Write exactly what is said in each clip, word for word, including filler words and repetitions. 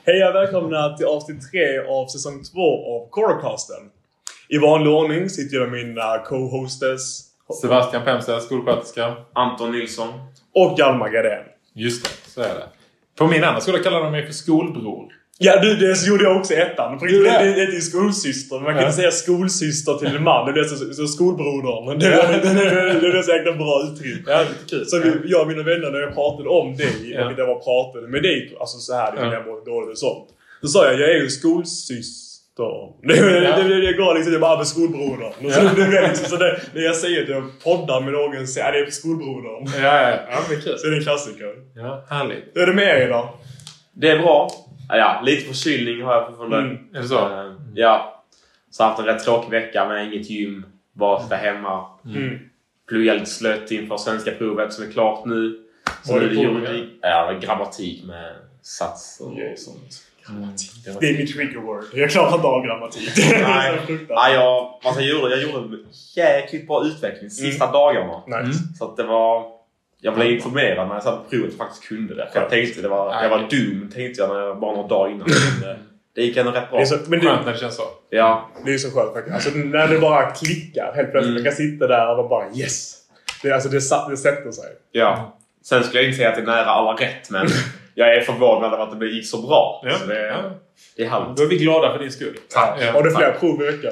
Hej och välkomna till avsnitt tre av säsong två av Corecasten. I vanlig ordning sitter jag med mina co-hosters Sebastian Pemse, skolsköterska, Anton Nilsson och Hjalmar Gardén. Just det, så är det. På min andra skola kallar de mig för skolbror. Ja, du, det så gjorde jag också i ettan. För det, det, det, det är ju skolsyster. Man kan ja. inte säga skolsyster till en man. Det blir så, så skolbrodern. Det, det, det, det, det är så jäkla bra uttryck. Ja, lite kul. Så vi, jag och mina vänner, när jag pratade om dig, ja. när jag var pratade med dig, alltså så här, det ja. jag mår dåligt och sånt. Då sa jag, jag är ju skolsyster. Det, det, det, det går liksom, jag bara med skolbrodern. Och så, ja. det, det, liksom, så det, när jag säger att jag poddar med någon, så är det skolbrodern. Ja, ja, ja, men kul. Så det är en klassiker. Ja, härligt. Hur är det med er idag? Det är bra. Ja, lite förkylning har jag fortfarande. Mm. Är det så? Uh, ja. Så jag har haft en rätt tråkig vecka med inget gym. Bara sitta hemma. Mm. Plugga lite slött inför svenska provet som är klart nu. Så Vad nu är är det det på juridik. Ja, grammatik med satser och Yes. sånt. Mm. Det är mitt trigger word. Jag klarar inte av grammatik. Nej, Nej jag, alltså jag, gjorde, jag gjorde en jäkligt bra utveckling sista Mm. dagarna. Nice. Mm. Så att det var... Jag blev informerad när jag satt på provet och faktiskt kunde det. För jag tänkte det var, jag var dum, tänkte jag när jag bara några dagar innan. Men det gick ändå rätt bra. Det är så, men Skönt det, när det känns så. Ja. det är så skönt faktiskt. Alltså när det bara klickar helt plötsligt. Mm. Jag kan sitta där och bara yes. Det, alltså det, det sätter sig. Ja. Sen skulle jag inte säga att det är nära alla rätt, men jag är förvånad över att det gick så bra. Ja. Så det, Ja. det är halvt. Då är vi glada för din skull. Tack. Ja. Har du fler prov i veckan?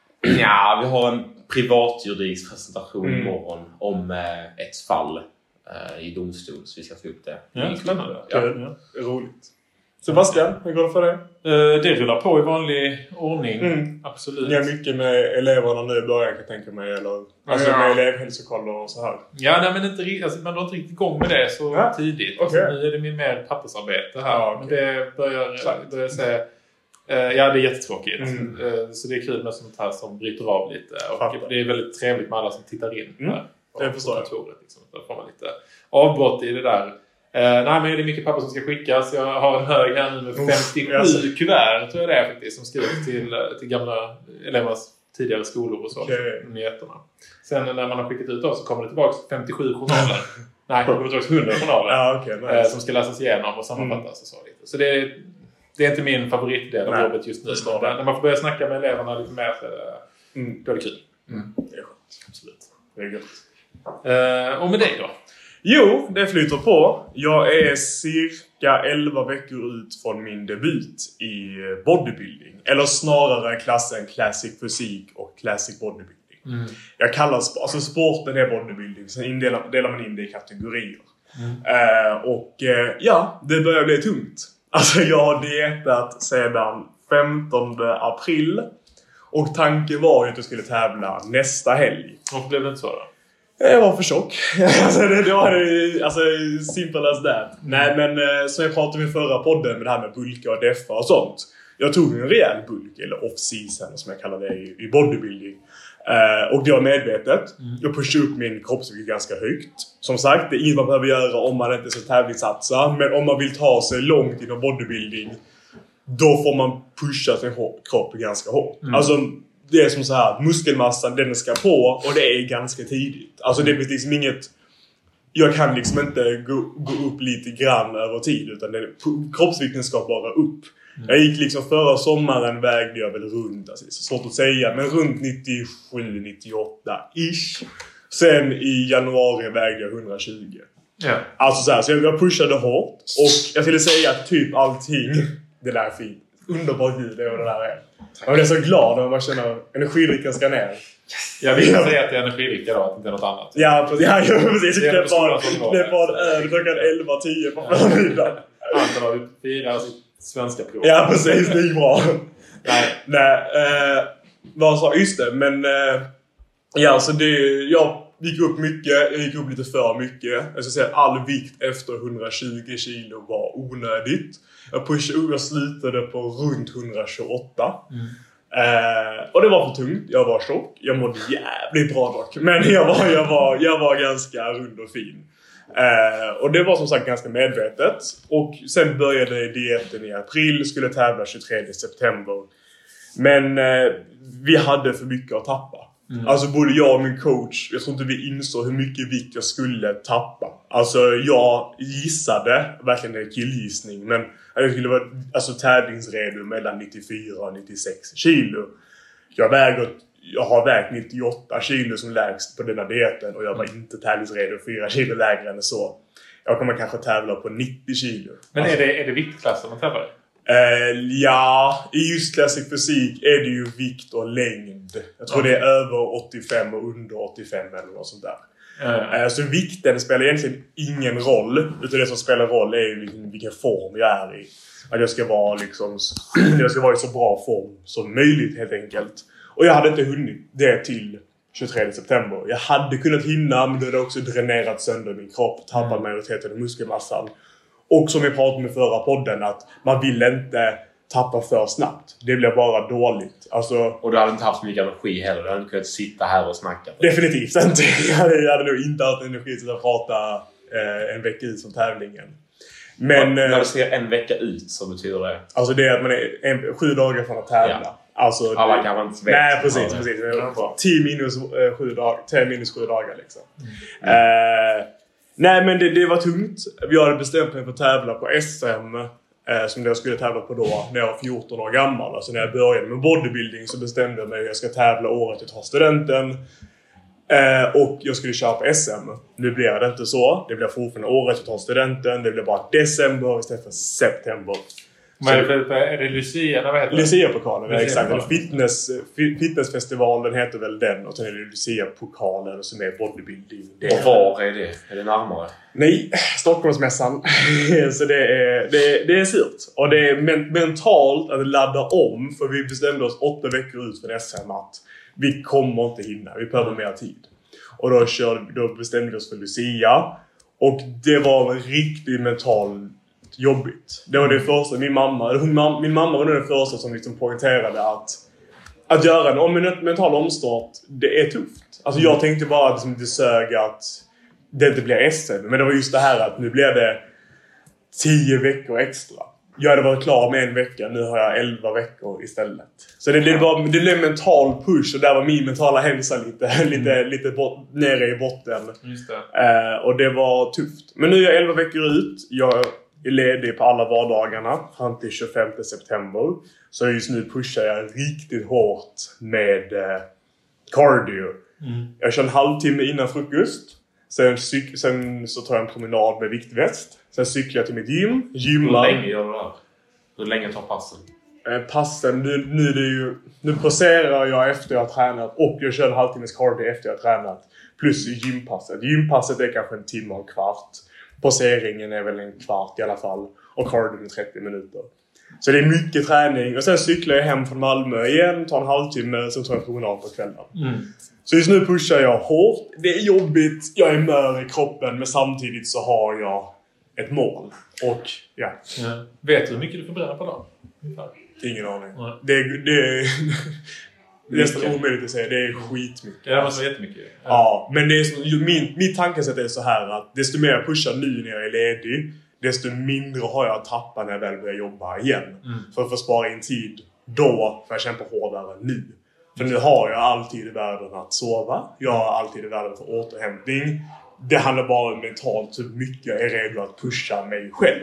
Ja, vi har en privatjuridisk presentation Mm. imorgon om eh, ett fall eh, i domstol. Så vi ska få upp det. Ja, spännande. Ja. Kul. Roligt. Sebastian, hur går det för dig? Uh, det rullar på i vanlig ordning. Mm. Absolut. Ni har mycket med eleverna nu i början, kan jag tänka mig. Eller, alltså Ja. med elevhälsokoller och så här. Ja, nej, men inte, ri- alltså, man har inte riktigt igång med det så Ja. tidigt. Okej. Alltså, nu är det min mer pappersarbete här. Ja, Men okej. det börjar, Klart. börjar säga... eh, ja, det är jättetråkigt. Mm. Eh, så det är kul med sånt här som bryter av lite. Och Fattar. det är väldigt trevligt med alla som tittar in Mm. här. Det på förstår jag. kontoret, liksom. Då får man lite avbrott i det där. Eh, nej, men det är mycket papper som ska skickas. Jag har en hög här nu med femtiosju alltså. kuvert, tror jag det är faktiskt, som skrivs till, till gamla elevernas tidigare skolor och så. Okej. Nyheterna. Sen när man har skickat ut dem så kommer det tillbaka femtiosju journaler. Nej, det kommer tillbaka hundra journaler. Ja, okej. Okay, eh, nice. som ska läsas igenom och sammanfattas och så lite. Så det är, det är inte min favoritdel av Nej, jobbet just nu. det står Men när man får börja snacka med eleverna lite mer så är det, Mm. då är det kul. Mm. Det är skönt. Absolut. Det är gött. Eh, och med dig då? Jo, det flyter på. Jag är cirka elva veckor ut från min debut i bodybuilding. Eller snarare klassen Classic Fysik och Classic Bodybuilding. Mm. Jag kallar sp- alltså sporten är bodybuilding. Sen indelar, delar man in det i kategorier. Mm. Eh, och eh, ja, det börjar bli tungt. Alltså jag har dietat sedan femtonde april. Och tanken var ju att jag skulle tävla nästa helg. Varför blev det inte så då? Jag var för tjock. alltså, det, det var alltså, simple as that. Nej, men eh, som jag pratade om i förra podden med det här med bulka och deffa och sånt. Jag tog en rejäl bulk, eller off-season som jag kallar det i, i bodybuilding. Eh, och det var medvetet. Mm. Jag pushade upp min kroppsvikt ganska högt. Som sagt, det är inget man behöver göra om man inte ska tävlingssatsa. Men om man vill ta sig långt inom bodybuilding, då får man pusha sin kropp ganska hårt. Mm. Alltså... Det är som så här, muskelmassan den ska på och det är ganska tidigt. Alltså det finns liksom inget... Jag kan liksom inte gå, gå upp lite grann över tid utan det, kroppsvikten ska bara upp. Mm. Jag gick liksom förra sommaren vägde jag väl runt, alltså det är så svårt att säga, men runt nittiosju nittioåtta-ish. Sen i januari vägde jag hundratjugo. Ja. Alltså så här, så jag, jag pushade hårt och jag skulle säga att typ allting, det där är fint. Underbart ljud, det är vad det där är. Man blir så glad när man känner energidrycken ska ner. Yes. Jag vill säga att det är energidricka då, att det inte är något annat. Ja, precis. Ja, precis. Det är det är bara, bara, det är bara öl klockan elva tio på förmiddagen. Anton har ju firat sitt svenska prov. Ja, precis. Det är bra. Nej. Nej, eh, vad sa just det? Men eh, ja, så det, jag gick upp mycket. Jag gick upp lite för mycket. Jag ska säga att all vikt efter hundratjugo kilo var onödigt. Jag pushade upp, jag slutade på runt hundratjugoåtta. Mm. Eh, och det var för tungt. Jag var tjock. Jag mådde jävligt bra dock. Men jag var, jag var, jag var ganska rund och fin. Eh, och det var som sagt ganska medvetet. Och sen började dieten i april. Skulle tävla tjugotredje september. Men eh, vi hade för mycket att tappa. Mm. Alltså både jag och min coach, jag tror inte vi insåg hur mycket vikt jag skulle tappa. Alltså jag gissade, verkligen en killgissning, men att jag skulle vara alltså, tävlingsredo mellan nittiofyra och nittiosex kilo. Jag väger, jag har vägt nittioåtta kilo som lägst på denna dieten och jag var inte tävlingsredo fyra kilo lägre än så. Jag kommer kanske tävla på nittio kilo. Men alltså, är det, är det viktklassen man tävlar i? Eh, ja, i just klassisk fysik är det ju vikt och längd. Jag tror mm. det är över åttiofem och under åttiofem eller något sånt där. Mm. Eh, så vikten spelar egentligen ingen roll. Utan det som spelar roll är ju vilken, vilken form jag är i. Att jag ska vara liksom, jag ska vara i så bra form som möjligt helt enkelt. Och jag hade inte hunnit det till tjugotredje september. Jag hade kunnat hinna, men det hade också dränerat sönder min kropp. Tappat mm. majoriteten av muskelmassan. Och som vi pratade med förra podden, att man vill inte tappa för snabbt. Det blir bara dåligt. Alltså, och du hade inte haft så mycket energi heller. Du hade inte kunnat sitta här och snacka. Definitivt inte. Jag hade, jag hade nog inte haft energi till att prata eh, en vecka ut som tävlingen. Men, ja, när du ser en vecka ut så betyder det? Alltså det är att man är en, sju dagar från att tävla. Ja. Alltså, alla kan man inte veta. Nej, precis. Ja, precis. tio minus eh, sju dagar. tio minus sju dagar liksom. Mm. Eh, nej, men det, det var tungt. Vi hade bestämt mig för att tävla på S M. Eh, som jag skulle tävla på då när jag var fjorton år gammal. Alltså när jag började med bodybuilding så bestämde jag mig att jag ska tävla året jag tar studenten. Eh, och jag skulle köra på S M. Nu blir det inte så. Det blir fortfarande året jag tar studenten. Det blir bara december istället för september. Men är det, är det Lucia? Vad heter det? Lucia-pokalen, Lucia exakt. Eller fitness, fitnessfestivalen heter väl den. Och sen är det Lucia-pokalen som är bodybuilding. Det och var är det? Är det närmare? Nej, Stockholmsmässan. Så det är, det, är, det är surt. Och det är men, mentalt att ladda om. För vi bestämde oss åtta veckor ut för S M att vi kommer inte hinna. Vi behöver mer tid. Och då, körde, då bestämde vi oss för Lucia. Och det var en riktig mental jobbigt. Det var det första. Min mamma, hon, min mamma var den första som liksom poängterade att att göra en om en mental omstart, det är tufft. Alltså jag tänkte bara att liksom, det sög att det inte blir S M. Men det var just det här att nu blir det tio veckor extra. Jag hade varit klar med en vecka. Nu har jag elva veckor istället. Så det, det, var, det blev en mental push. Och där var min mentala hälsa lite, lite, lite bort, nere i botten. Just det. Uh, och det var tufft. Men nu är jag elva veckor ut. Jag är ledig på alla vardagarna fram till tjugofemte september. Så just nu pushar jag riktigt hårt med uh, cardio. Mm. Jag kör en halvtimme innan frukost. Sen, cyk- sen så tar jag en promenad med viktväst. Sen cyklar jag till mitt gym. Gymmar. Hur länge gör du det? Hur länge tar passen? Eh, passen, nu, nu, är det ju, nu poserar jag efter jag har tränat. Och jag kör en halvtimmes cardio efter jag har tränat. Plus gympasset. Gympasset är kanske en timme och en kvart. Poseringen är väl en kvart i alla fall. Och cardio är trettio minuter. Så det är mycket träning. Och sen cyklar jag hem från Malmö igen. Tar en halvtimme. Sen tar jag en promenad på kvällen. Mm. Så just nu pushar jag hårt. Det är jobbigt. Jag är mör i kroppen. Men samtidigt så har jag ett mål. Och ja. ja. Vet du hur mycket du förbränner på dagen? Ingen aning. Mm. Det, det, det är nästan omöjligt att säga. Det är skitmycket. Ja, det måste vara jättemycket. Ja. ja, men det är så, min, mitt tankesätt är så här att desto mer jag pushar nu när jag är ledig, desto mindre har jag att tappa när jag väl börjar jobba igen. Mm. För att få spara in tid då får jag kämpa hårdare nu. För nu har jag alltid i världen att sova. Jag har alltid i världen för återhämtning. Det handlar bara mentalt hur mycket jag är redo att pusha mig själv.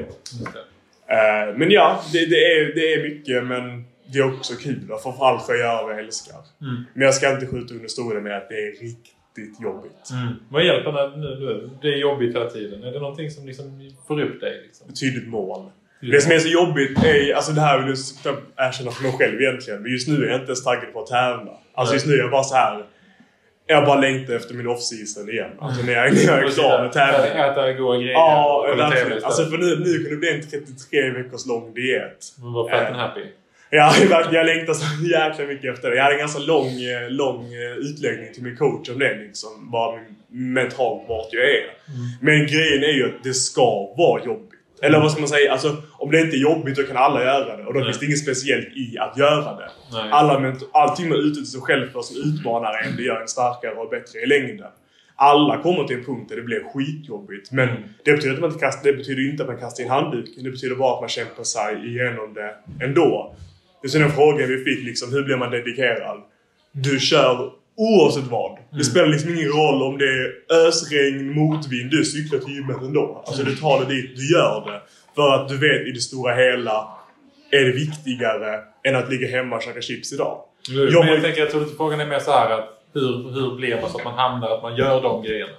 Mm. Uh, men ja, det, det, är, det är mycket, men det är också kul. Framförallt för att göra vad jag älskar. Mm. Men jag ska inte skjuta under stolen med att det är riktigt jobbigt. Mm. Vad hjälper när nu? Det är jobbigt hela tiden. Är det någonting som liksom får upp dig? Liksom? Ett tydligt mål. Mm. Det som är så jobbigt är, alltså det här vill jag erkänna för mig själv egentligen. Men just nu är jag inte ens taggad på att tävla. Alltså just nu är jag bara så här. Jag bara längtar efter min off-season igen. Alltså när jag, när jag är klar med tävling. Äta goda grejer. Ja, verkligen. Alltså för nu, nu kan det bli en trettiotre veckors lång diet. Men var fat and happy. Ja, jag längtar så jäkla mycket efter det. Jag hade en ganska lång, lång utläggning till min coach om det liksom. Bara mentalt vart jag är. Mm. Men grejen är ju att det ska vara jobbigt. Eller vad ska man säga? Alltså, om det inte är jobbigt då kan alla göra det. Och då Nej. finns det inget speciellt i att göra det. Alla, allting man utsätter sig själv för som utmanar en, det gör en starkare och bättre i längden. Alla kommer till en punkt där det blir skitjobbigt. Men mm. det, betyder att man inte kastar, det betyder inte att man kastar in handduken. Det betyder bara att man kämpar sig igenom det ändå. Det är så den frågan vi fick liksom, hur blir man dedikerad? Du kör Oavsett vad. Mm. Det spelar liksom ingen roll om det är ösregn, motvind. Du cyklar till gymmet ändå. Alltså du tar det dit, du gör det. För att du vet i det stora hela är det viktigare än att ligga hemma och käka chips idag. Mm. Jag, men jag tänker, jag tror att frågan är mer så här att hur, hur blir man så att man hamnar, att man gör de grejerna?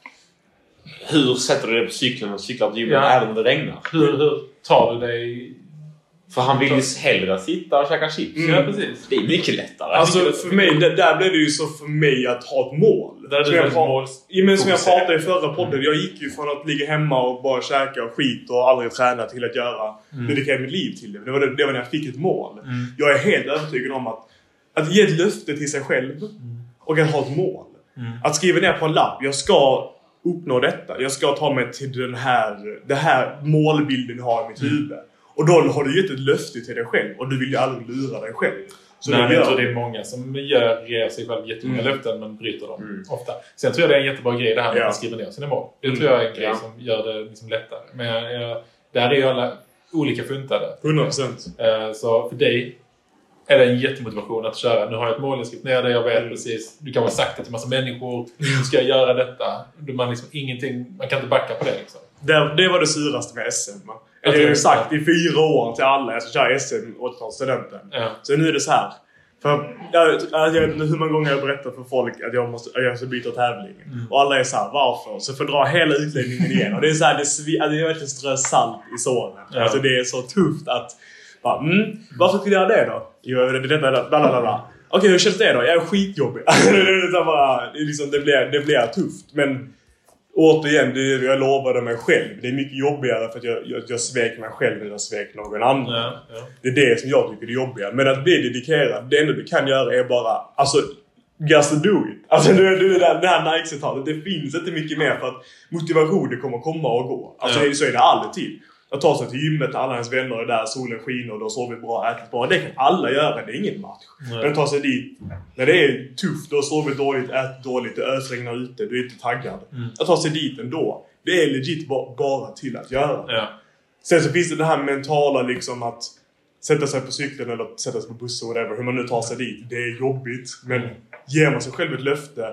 Hur sätter du dig på cykeln och cyklar till gymmet Ja. även om det regnar? Hur, hur tar du dig... För han vill ju hellre sitta och käka chips. Mm. Ja, precis. Det är mycket lättare. Alltså för mig, där, där blev det ju så för mig att ha ett mål. Där som du jag, ett pra- mål. ja, men som jag pratade i förra podden. Jag gick ju från att ligga hemma och bara käka och skit och aldrig träna till att göra. Mm. Dedikera mitt liv till det. Det var, det, det var när jag fick ett mål. Mm. Jag är helt övertygad om att, att ge ett löfte till sig själv och att ha ett mål. Mm. Att skriva ner på en lapp. Jag ska uppnå detta. Jag ska ta mig till den här, det här målbilden jag har i mitt huvud. Och då har du gett ett löfte till dig själv. Och du vill ju aldrig lura dig själv. Så Nej, det jag gör... tror det är många som gör, ger sig själv jättemånga Mm. löften men bryter dem Mm. ofta. Sen tror jag det är en jättebra grej det här med Ja. att skriva ner sina mål. Det Mm. tror jag är en grej Ja. som gör det liksom lättare. Men jag, jag, där är ju alla olika funtade. hundra procent. Eh, Så för dig är det en jättemotivation att köra. Nu har jag ett mål, jag skrivit ner det, jag vet Mm. precis. Du kan ha sagt det till massa människor. Nu ska jag göra detta. Man, liksom, ingenting, man kan inte backa på det liksom. Det, det var det suraste med S M. Jag har Okej. ju sagt i fyra år till alla jag ska köra S M åt studenten. Ja. Så nu är det så här. För jag, jag vet inte hur många gånger jag berättar för folk att jag måste, att jag ska byta tävling. Mm. Och alla är så här, varför? Så får jag dra hela utläggningen igen. Och det är så här, det, svi, alltså, jag vet inte strö salt i såren. Ja. Alltså det är så tufft att, bara, mm, varför skulle jag göra det då? Jo, det är detta, blablabla. Okej, hur känns det då? Jag är skitjobbig. det, är så bara, det, är liksom, det, blir, det blir tufft. Men återigen, det, jag lovade mig själv. Det är mycket jobbigare för att jag, jag, jag svek mig själv än jag svek någon annan. Ja, ja. Det är det som jag tycker är jobbiga. Men att bli dedikerad, det enda du kan göra är bara, alltså, just do it. Alltså det, det, det, det här Nike-citatet, det finns inte mycket mer för att motivationen kommer komma och gå. Alltså Ja. det, så är det alltid. Att ta sig till gymmet när alla ens vänner är där, solen skiner och du har sovit bra, ätit bra. Det kan alla göra, det är ingen match. Nej. Men att ta sig dit, när det är tufft, du har sovit dåligt, ätit dåligt, det ösregnar ute, du är inte taggad. Mm. Att ta sig dit ändå, det är legit bara, bara till att göra. Ja. Sen så finns det det här mentala liksom att sätta sig på cykeln eller sätta sig på bussen och whatever, hur man nu tar sig dit. Det är jobbigt, men ger man sig själv ett löfte,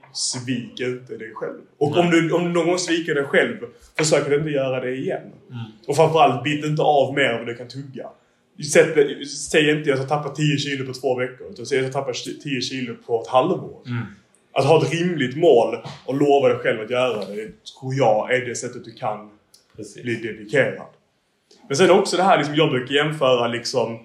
svik inte dig själv. Och Nej. om du, om du någon gång sviker dig själv, försök inte göra det igen. Mm. Och framförallt, bit inte av mer än vad du kan tugga. Sätt, säg inte att jag ska tappa tio kilo på två veckor, utan säg att jag tappar tio kilo på ett halvår. Mm. Att ha ett rimligt mål och lova dig själv att göra det, tror jag är det sättet du kan Precis. bli dedikerad. Men sen också det här, liksom, jag brukar jämföra liksom,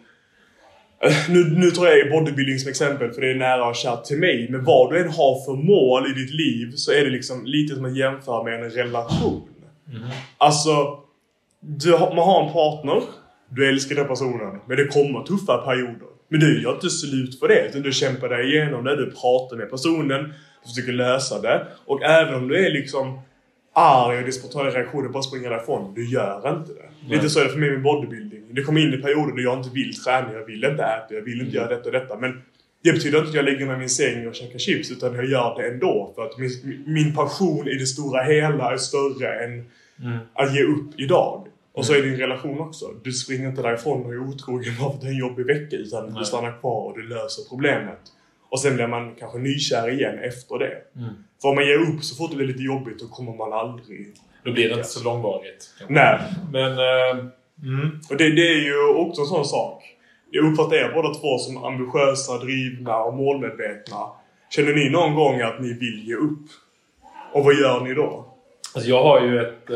nu, nu tar jag bodybuilding som exempel för det är nära och kärt till mig. Men vad du än har för mål i ditt liv så är det liksom lite som att jämföra med en relation. Mm. Alltså, du, har- man har en partner, du älskar den personen, men det kommer tuffa perioder. Men du gör inte slut för det, utan du kämpar dig igenom det, du pratar med personen, du försöker lösa det. Och även om du är liksom arg och desperat reaktioner, bara springa därifrån, du gör inte det. Nej. Lite så är det för mig med bodybuilding. Det kommer in i perioder där jag inte vill träna, jag vill inte äta, jag vill inte göra detta och detta. Men det betyder inte att jag lägger mig i min säng och käkar chips, utan jag gör det ändå. För att min, min passion i det stora hela är större än Mm. att ge upp idag. Och så är din relation också. Du springer inte därifrån och är otrogen bara för att det är en jobbig vecka, utan Nej. du stannar kvar och du löser problemet. Och sen blir man kanske nykär igen efter det. Mm. För om man ger upp så fort det blir lite jobbigt, då kommer man aldrig... Då blir det inte så långvarigt. kanske. Nej. Men... eh, mm. Och det, det är ju också en sån sak. Jag uppfattar er båda två som ambitiösa, drivna och målmedvetna. Känner ni någon gång att ni vill ge upp? Och vad gör ni då? Alltså jag har ju ett,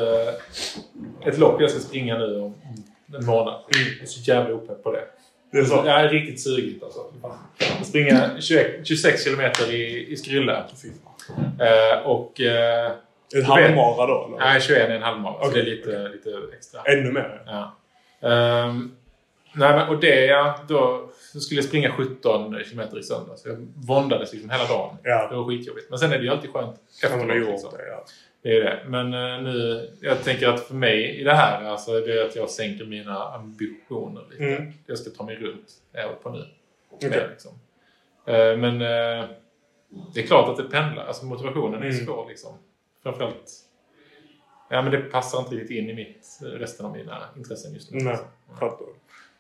eh, ett lopp jag ska springa nu om en månad. Jag är så jävla uppepp på det. Det är så? Jag är riktigt sugigt alltså. Jag springer tjugoett, tjugosex kilometer i, i Skrylle. Eh, och... Eh, Ett halvmara då? Eller? nej, tjugoett är en halvmara. Så Okej, det är lite, lite extra. Ännu mer? Ja. Ehm, nej, men, och det ja, då så skulle jag springa sjutton kilometer i söndag. Så jag våndades liksom hela dagen. Ja. Det var skitjobbigt. Men sen är det ju alltid skönt Kan man ha efteråt. gjort Liksom. det, ja. Det är det. Men eh, nu, jag tänker att för mig i det här, alltså, det är att jag sänker mina ambitioner lite. Mm. Jag ska ta mig runt, är jag på nu. Okej. Med, liksom. Eh, men eh, det är klart att det pendlar. Alltså motivationen är Mm. svår liksom. Framförallt, ja men det passar inte riktigt in i mitt, resten av mina intressen just nu. Nej, Liksom. fattar.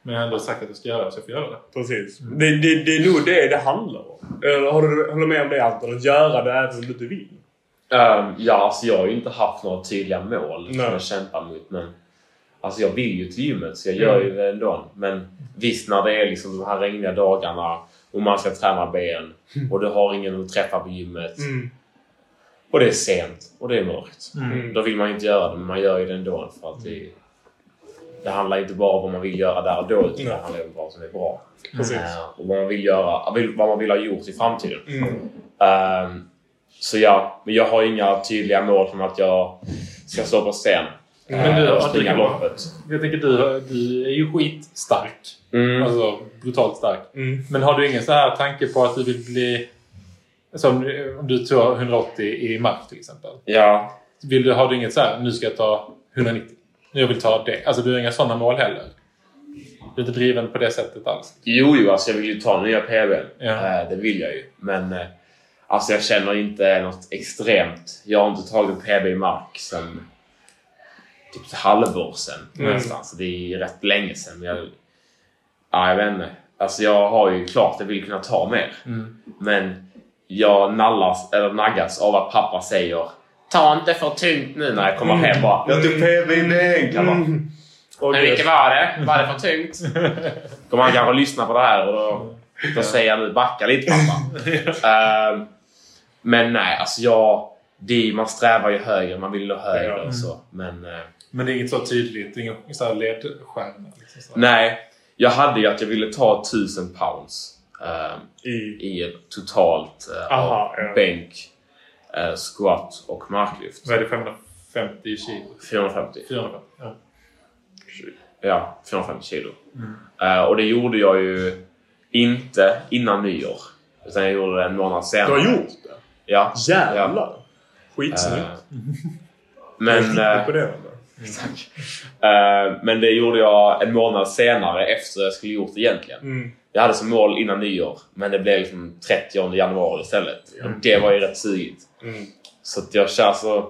Men jag har ändå sagt att jag ska göra det, så jag får göra det. Precis. Mm. Det, det, det är nog det det handlar om. Eller har du håller med om det, Anton? Att göra det även om du inte vill? Um, ja, alltså jag har ju inte haft några tydliga mål Nej. som jag kämpar mot. Men alltså jag vill ju till gymmet, så jag gör mm. ju det ändå. Men visst, när det är liksom de här regniga dagarna och man ska träna ben och du har ingen att träffa på gymmet. Mm. Och det är sent och det är mörkt. Mm. Då vill man ju inte göra det, men man gör ju det ändå. För att det, det handlar inte bara om vad man vill göra där och då, utan mm. det handlar om vad som är bra. Mm. Uh, och vad man vill göra, vad man vill ha gjort i framtiden. Mm. Um, så ja, men jag har inga tydliga mål som att jag ska stå på scen. Men du, uh, och springa loppet. Jag tänker du, du är ju skitstark. Mm. Alltså brutalt stark. Mm. Men har du ingen så här tanke på att du vill bli... Som om du tar hundraåttio i mark till exempel. Ja. Vill du, har du inget så här, nu ska jag ta hundranittio. Jag vill ta det. Alltså du har inga sådana mål heller. Du är inte driven på det sättet alls. Jo, jo, alltså jag vill ju ta nya P B. Ja. Äh, det vill jag ju. Men äh, alltså jag känner inte något extremt. Jag har inte tagit P B i mark sedan typ ett halvår sedan. Mm. Nästan. Så det är rätt länge sedan. Men jag, ja, jag vet inte. Alltså jag har ju klart att jag vill kunna ta mer. Mm. Men jag nallas, eller naggas av att pappa säger ta inte för tungt nu när jag kommer hem bara. Jag tog P B i bänk. Mm. Men vilket var det? Var det för tungt? Kommer han kanske lyssna på det här och då, då säger jag nu backa lite pappa. uh, men nej, alltså jag det, man strävar ju högre, man vill ju högre och så. Men, uh, men det är inget så tydligt, det är ingen så här ledstjärna. Liksom så. Nej, jag hade ju att jag ville ta tusen pounds. Uh, I, i ett totalt uh, Aha, ja. bänk, uh, squat och marklyft. Vad är det, femhundrafemtio kilo? fyrahundrafemtio. fyrahundrafemtio, ja. Ja, fyrahundrafemtio kilo. Mm. Uh, och det gjorde jag ju inte innan nyår. Utan jag gjorde det en månad senare. Du har gjort det? Ja. Jävlar. Ja. Skitsnyggt. Uh, men... Uh, på det, mm. Tack. Uh, men det gjorde jag en månad senare efter jag skulle gjort det egentligen. Mm. Jag hade som mål innan nyår. Men det blev liksom trettionde januari istället. Mm. Och det var ju rätt sugigt. Mm. Så att jag kör så...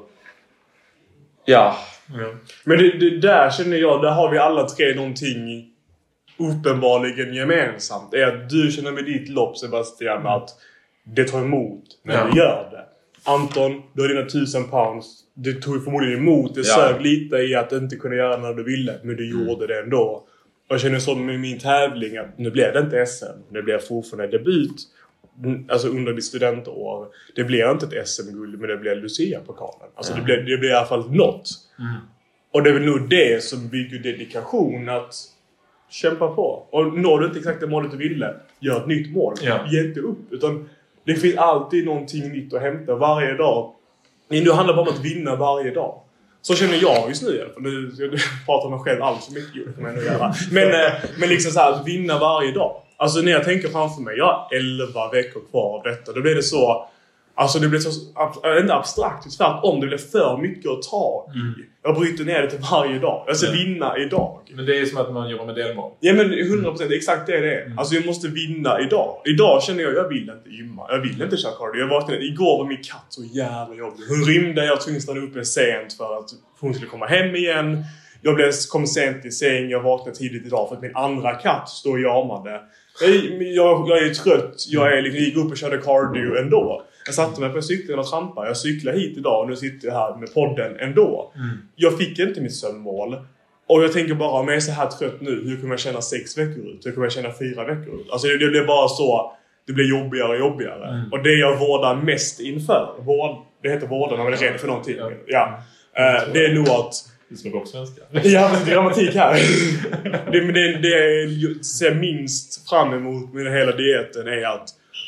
Ja. Mm. Men det, det där känner jag, där har vi alla tre någonting uppenbarligen gemensamt. Är att du känner med ditt lopp, Sebastian, mm. att det tar emot när ja. du gör det. Anton, du har dina tusen pounds. Det tog förmodligen emot. Det ja. sög lite i att inte kunna göra när du ville. Men du mm. gjorde det ändå. Och jag känner så med min tävling att nu blev det inte S M. Det blev fortfarande debut. Alltså under ditt studentår. Det blev inte ett S M-guld, men det blev Lucia-pokalen. Alltså mm. det, blev, det blev i alla fall något. Mm. Och det är väl nog det som bygger dedikation att kämpa på. Och når du inte exakt det målet du ville, gör ett nytt mål. Ja. Ge inte upp. Utan det finns alltid någonting nytt att hämta varje dag. Det handlar bara om att vinna varje dag. Så känner jag just nu. För nu jag pratar om mig själv allt för mycket. Det kan man ändå göra. Men, men liksom så här, att vinna varje dag. Alltså när jag tänker framför mig, jag har elva veckor kvar av detta. Då blir det så, alltså det blir så, inte abstrakt, tvärtom. Det blir för mycket att ta i. Mm. Jag bryter ner det till varje dag. Jag ska mm. vinna idag. Men det är som att man jobbar med delmål. Ja men hundra procent, exakt det är det. Mm. Alltså jag måste vinna idag. Idag känner jag, jag vill inte gymma. Jag vill inte köra cardio. Jag vaknade, igår var min katt så jävla jobbig. Hon rymde, jag tvingade stanna upp sent för att hon skulle komma hem igen. Jag blev, kom sent i säng, jag vaknade tidigt idag för att min andra katt står och jamade. Jag, jag, jag är trött, jag är liksom, gick upp och körde cardio ändå. Jag satte mig på cykeln och trampade. Jag cyklar hit idag och nu sitter jag här med podden ändå. Mm. Jag fick inte mitt sömnmål. Och jag tänker bara, om jag är så här trött nu, hur kommer jag känna sex veckor ut? Hur kommer jag känna fyra veckor ut? Alltså det, det blir bara så, det blir jobbigare och jobbigare. Mm. Och det jag vårdar mest inför, vård, det heter vården när man är rädd för någonting. Ja. Ja. Uh, det är nog att... Det är som också svenska. Ja, men det är grammatik här. det, men det, det jag ser minst fram emot med hela dieten är att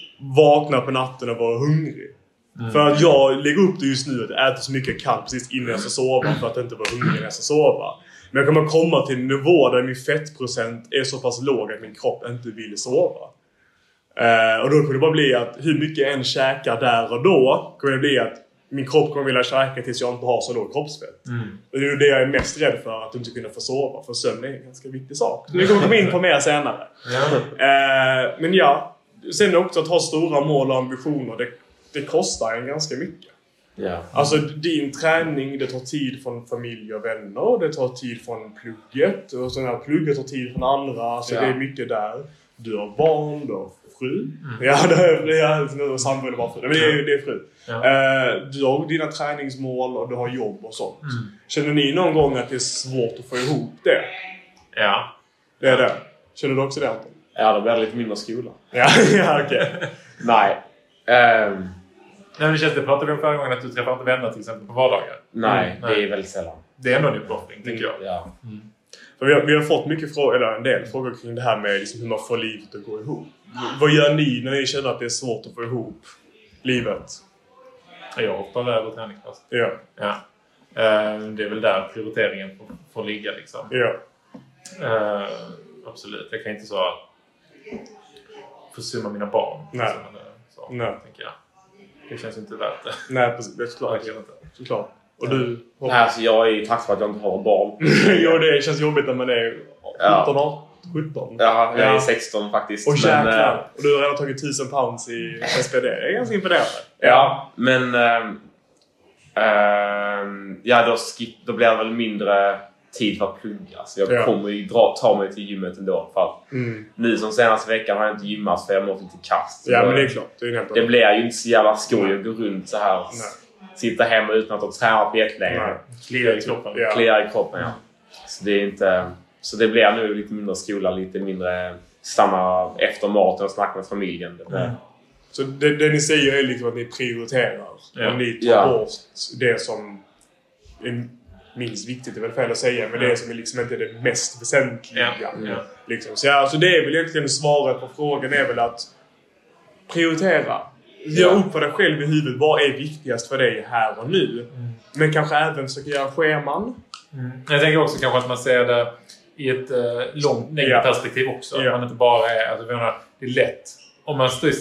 vakna på natten och vara hungrig. Mm. För att jag lägger upp det just nu att jag äter så mycket jag kan precis innan jag ska sova för att inte vara hungrig när jag ska sova. Men jag kommer komma till en nivå där min fettprocent är så pass låg att min kropp inte vill sova. Uh, och då kommer det bara bli att hur mycket jag än käkar där och då kommer det bli att min kropp kommer vilja käka tills jag inte har så låg kroppsfett. Mm. Och det är det jag är mest rädd för, att inte kunna få sova. För sömn är en ganska viktig sak. Vi kommer komma in på mer senare. Ja. Uh, men ja, sen också att ha stora mål och ambitioner, det, det kostar en ganska mycket. Ja. Alltså din träning, det tar tid från familj och vänner. Det tar tid från plugget. Och sen här plugget tar tid från andra. Så ja. Det är mycket där. Du har barn, du har fru. Mm. Ja, det är, det är samtidigt bara fru. Men det är, det är fru. Ja. Uh, du har dina träningsmål och du har jobb och sånt. Mm. Känner ni någon gång att det är svårt att få ihop det? Ja. Det är det. Känner du också det, Anton? Ja, det blir lite mindre skola. Ja, ja okej. Okay. Nej. Um... Nej, men det känns, det pratade vi om förra gången att du träffar inte vänner till exempel på vardagar. Nej, mm. det är väldigt sällan. Det är ändå en uppoffring, tycker jag. Ja. Mm. För vi, har, vi har fått mycket frågor, eller en del frågor kring det här med liksom hur man får livet att gå ihop. Vad gör ni när ni känner att det är svårt att få ihop livet? Jag hoppar över träningspass. Ja. Ja. Det är väl där prioriteringen får, får ligga liksom. Ja. Uh, absolut. Jag kan inte så försumma mina barn. Nej. Så, Nej. Tänker jag. Det känns inte värt det. Nej, precis. Det är såklart. Såklart. Och du? Nej, alltså jag är tacksam för att jag inte har barn. Jo, det känns jobbigt när man är sjutton, sjutton. Ja, jag är ja. sexton faktiskt. Och jäklar. Men, och du har redan tagit tusen pounds i S P D. Det är ganska imponerande. Ja, ja men... Ähm, ähm, ja, då, skip, då blir det väl mindre tid för att plugga. Så jag ja. kommer ju dra, ta mig till gymmet ändå. För att mm. nu som senaste veckan har jag inte gymmat för jag måste lite kast. Ja, då, men det är klart. Det, är helt det blir ju inte så jävla skoj att gå runt så här. Nej. Sitta hemma utan att ha tränat på jättelänge. Kliar i kroppen. Ja. Kliar i kroppen, ja. Så det är inte... Så det blir nu lite mindre skola, lite mindre stanna efter maten och snacka med familjen. Det mm. Så det, det ni säger är liksom att ni prioriterar. Ja. Och ni tar ja. bort det som är minst viktigt, det är väl fel att säga. Men ja. det som är liksom inte det mest väsentliga. Ja. Ja. Liksom. Så ja, så det är väl egentligen svaret på frågan är väl att prioritera. Gör upp för dig själv i huvudet. Vad är viktigast för dig här och nu? Mm. Men kanske även försöka göra scheman. Mm. Jag tänker också kanske att man ser det i ett eh, långt längre yeah. perspektiv också. Yeah. Man inte bara är... Alltså, menar, det är lätt. Om man står...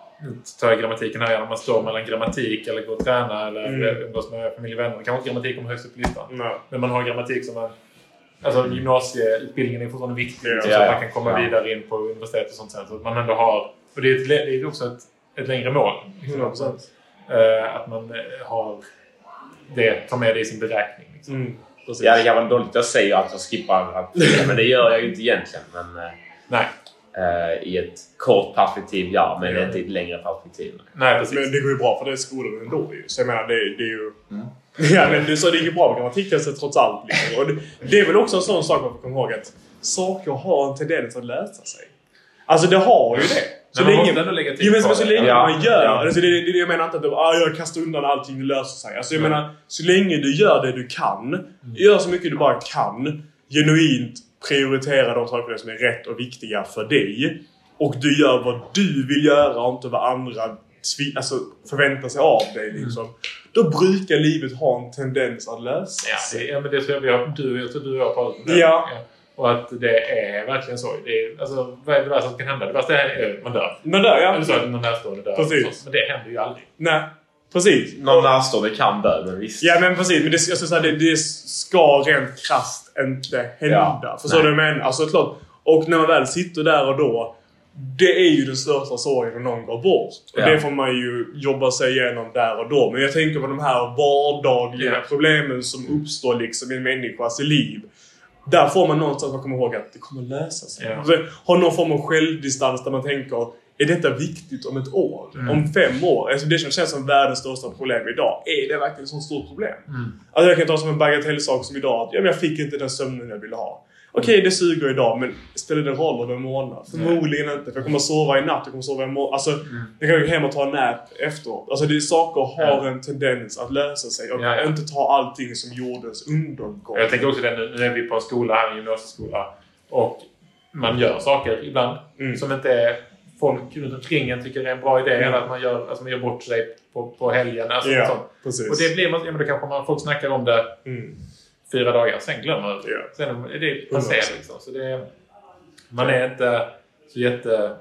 tar jag grammatiken här igen. Om man står mellan grammatik eller går och träna eller mm. umgås med familj och vänner. Kanske inte grammatik kommer högst upp på listan. No. Men man har grammatik som man... Alltså gymnasieutbildningen är fortfarande viktig. Yeah. Så Yeah. att man kan komma yeah. vidare in på universitet och sånt sen. Så att man ändå har... Och det är, ett, det är också ett... ett längre mål. hundra procent. Uh, att man uh, har det, tar med det i sin beräkning. Liksom. Mm. Ja, det kan vara dåligt att säga att jag skippar att, men det gör jag ju inte egentligen. Men, uh, nej. Uh, i ett kort perspektiv, ja, men mm. inte i ett längre perspektiv. Nej. Nej, precis. Men det går ju bra för det är skolan ändå ju. Så jag menar, det, det är ju... Mm. Ja, men det, så det är ju bra med grammatikläset trots allt. Liksom. Och det, det är väl också en sån sak man får komma ihåg att saker har en tendens att lösa sig. Alltså det har ju det. Så men man länge, måste lägga jo, men så, så länge ja. man gör ja. alltså det, det, jag menar inte att ah, jag kastar undan allting och löser sig. Alltså jag mm. menar, så länge du gör det du kan, mm. gör så mycket du bara kan, genuint prioritera de saker som är rätt och viktiga för dig, och du gör vad du vill göra och inte vad andra tvi- alltså, förväntar sig av dig liksom. Mm. Då brukar livet ha en tendens att lösa ja, sig. Det, ja, men det tror jag vi har, du, jag tror du har pratat om det. Ja. ja. Och att det är verkligen så. Det är, alltså, vad är det värsta som kan hända? Det värsta är att man dör. Man dör, ja. Eller så att någon närstående dör. Precis. Men det händer ju aldrig. Nej, precis. Någon närstående kan dö, men visst. Ja, men precis. Men det, jag ska säga, det, det ska rent krasst inte hända. Ja. För så det men, alltså klart. Och när man väl sitter där och då, det är ju den största sorgen när någon går bort. Och ja. det får man ju jobba sig igenom där och då. Men jag tänker på de här vardagliga ja. problemen som uppstår liksom i en människas liv. Där får man någonstans att komma ihåg att det kommer lösa sig. Ja. Alltså, ha någon form av självdistans där man tänker, är detta viktigt om ett år? Mm. Om fem år? Alltså det som känns som världens största problem idag, är det verkligen ett sånt stort problem? Mm. Alltså jag kan ta som en bagatellsak som idag, att ja, men jag fick inte den sömnen jag ville ha. Okej, okay, det suger idag, men spelar det roll om en månad? Förmodligen inte, för jag kommer sova i natt, jag kommer sova i morgon. Alltså, mm. jag kan gå hem och ta en nap efteråt. Alltså, det är saker har ja. en tendens att lösa sig och ja, ja. inte ta allting som jordens undergång. Jag tänker också det, nu är vi på en skola här, en gymnasieskola, och man gör saker ibland mm. som inte är folk runt omkring en tycker är en bra idé, mm. eller att man gör, alltså man gör bort sig på, på helgen. Alltså, ja, sånt. Precis. Och det blir man, ja, men då kanske man, folk snackar om det mm. fyra dagar, sen glömmer det. Ja. Sen är det passé liksom. Så det, man är inte så jätte...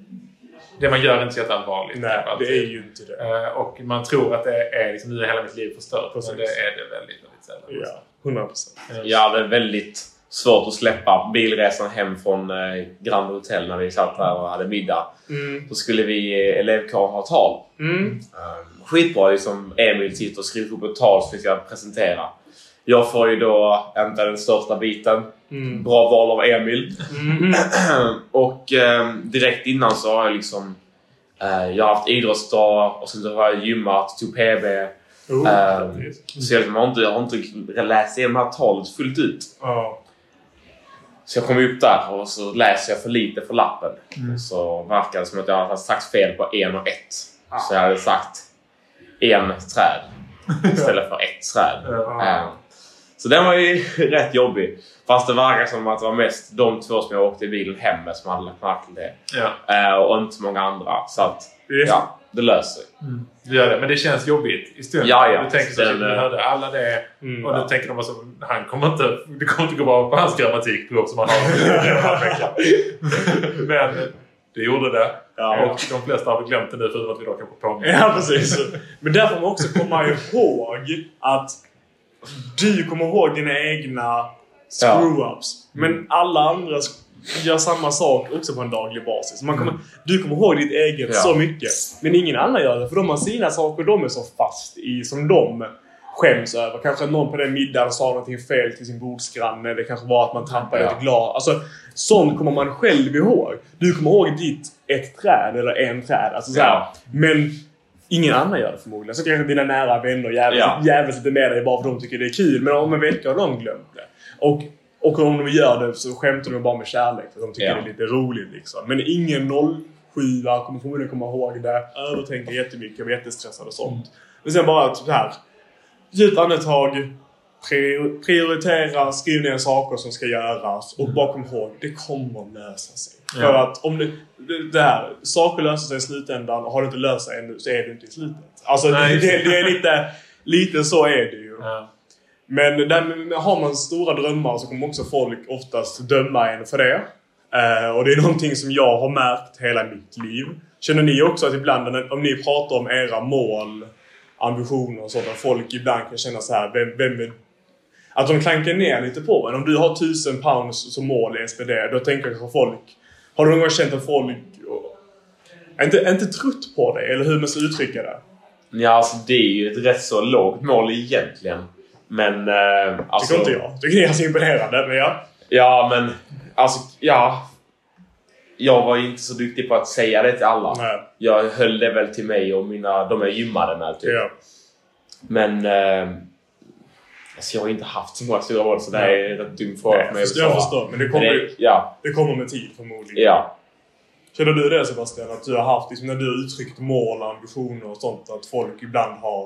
Det man gör är inte så jätteallvarligt. Nej, det är ju inte det. Och man tror att det är liksom, nu är hela mitt liv förstört. Men det är det väldigt, väldigt sällan. Ja, hundra procent. Ja, det är väldigt svårt att släppa bilresan hem från eh, Grand Hotel när vi satt här och hade middag. Mm. Så skulle vi eh, elevkåren ha tal. Mm. Um, skitbra liksom Emil sitter och skriver upp ett tal som vi ska presentera. Jag får ju då inte den största biten. Mm. Bra val av Emil. Mm. och eh, direkt innan så har jag liksom eh, jag har haft idrottsdag och sen har jag gymmat, tog P B. Oh, eh, så jag har inte, jag har inte läst igenom det här talet fullt ut. Oh. Så jag kom upp där och så läser jag för lite för lappen. Mm. Så verkar det som att jag har sagt fel på en och ett. Ah. Så jag hade sagt en träd istället för ett träd. Ah. Eh, Så den var ju rätt jobbig. Fast det verkar som att det var mest de två som jag åkte i bilen hem med som hade lagt märke till det. Ja. Eh, och inte många andra. Så att, ja, det löser sig. Mm. Du gör det, men det känns jobbigt i stunden. Ja, ja. Du tänker så att du hörde alla det. Mm, och ja. då tänker de alltså, han kommer inte, det kommer inte gå bra på hans grammatikprov som han har den här veckan. Men det gjorde det. Ja. Och de flesta har glömt det nu för att vi då kan få påminna. Ja, precis. Men där får man också komma ihåg att du kommer ihåg dina egna screw-ups. Men alla andra gör samma sak också på en daglig basis. Man kommer, du kommer ihåg ditt eget Ja. så mycket. Men ingen annan gör det. För de har sina saker de är så fast i som de skäms över. Kanske att någon på den middagen sa någonting fel till sin bordsgranne. Det kanske var att man trampade Ja. ett glas. Alltså, sånt kommer man själv ihåg. Du kommer ihåg ditt ett träd eller en träd. Alltså, så här. Ja. Men ingen annan gör det förmodligen. Så kanske dina nära vänner jävligt, Ja. jävligt lite med dig bara för att de tycker det är kul. Men om en vecka har de glömt det. Och, och om de gör det så skämtar de bara med kärlek. För de tycker Ja. det är lite roligt liksom. Men ingen noll sju kommer förmodligen komma ihåg det. Övertänker jättemycket och är jättestressad och sånt. Men sen bara typ här. Djupt andetag. Prioritera, skriv ner saker som ska göras. Och bara kom ihåg, det kommer att lösa sig. Ja. För att om det, det, det här, saker löser sig i slutändan. Och har det inte löst sig ännu så är det inte i slutet. Alltså Nej, det, det är lite, lite så är det ju. Ja. Men där, har man stora drömmar så kommer också folk oftast döma en för det. Uh, och det är någonting som jag har märkt hela mitt liv. Känner ni också att ibland om ni pratar om era mål, ambitioner och sånt, att folk ibland kan känna så här, vem, vem är, att de klankar ner lite på en. Om du har tusen pounds som mål i S P D, då tänker jag folk, har du någon gång känt att folk är inte, är inte trött på dig, eller hur man ska uttrycka det? Ja, alltså det är ju ett rätt så lågt mål egentligen. Men eh, alltså... Tycker inte jag. Tycker det är så imponerande, men ja. Ja, men alltså, ja. Jag var inte så duktig på att säga det till alla. Nej. Jag höll det väl till mig och mina, de jag gymmade med typ. Ja. Men eh, alltså jag har inte haft så många stora mål, så det är en rätt dum fråga för mig. Jag, jag förstår, men det kommer, men det, ja. det kommer med tid förmodligen. Ja. Känner du det, Sebastian, att du har haft, liksom, när du har uttryckt mål och ambitioner och sånt, att folk ibland har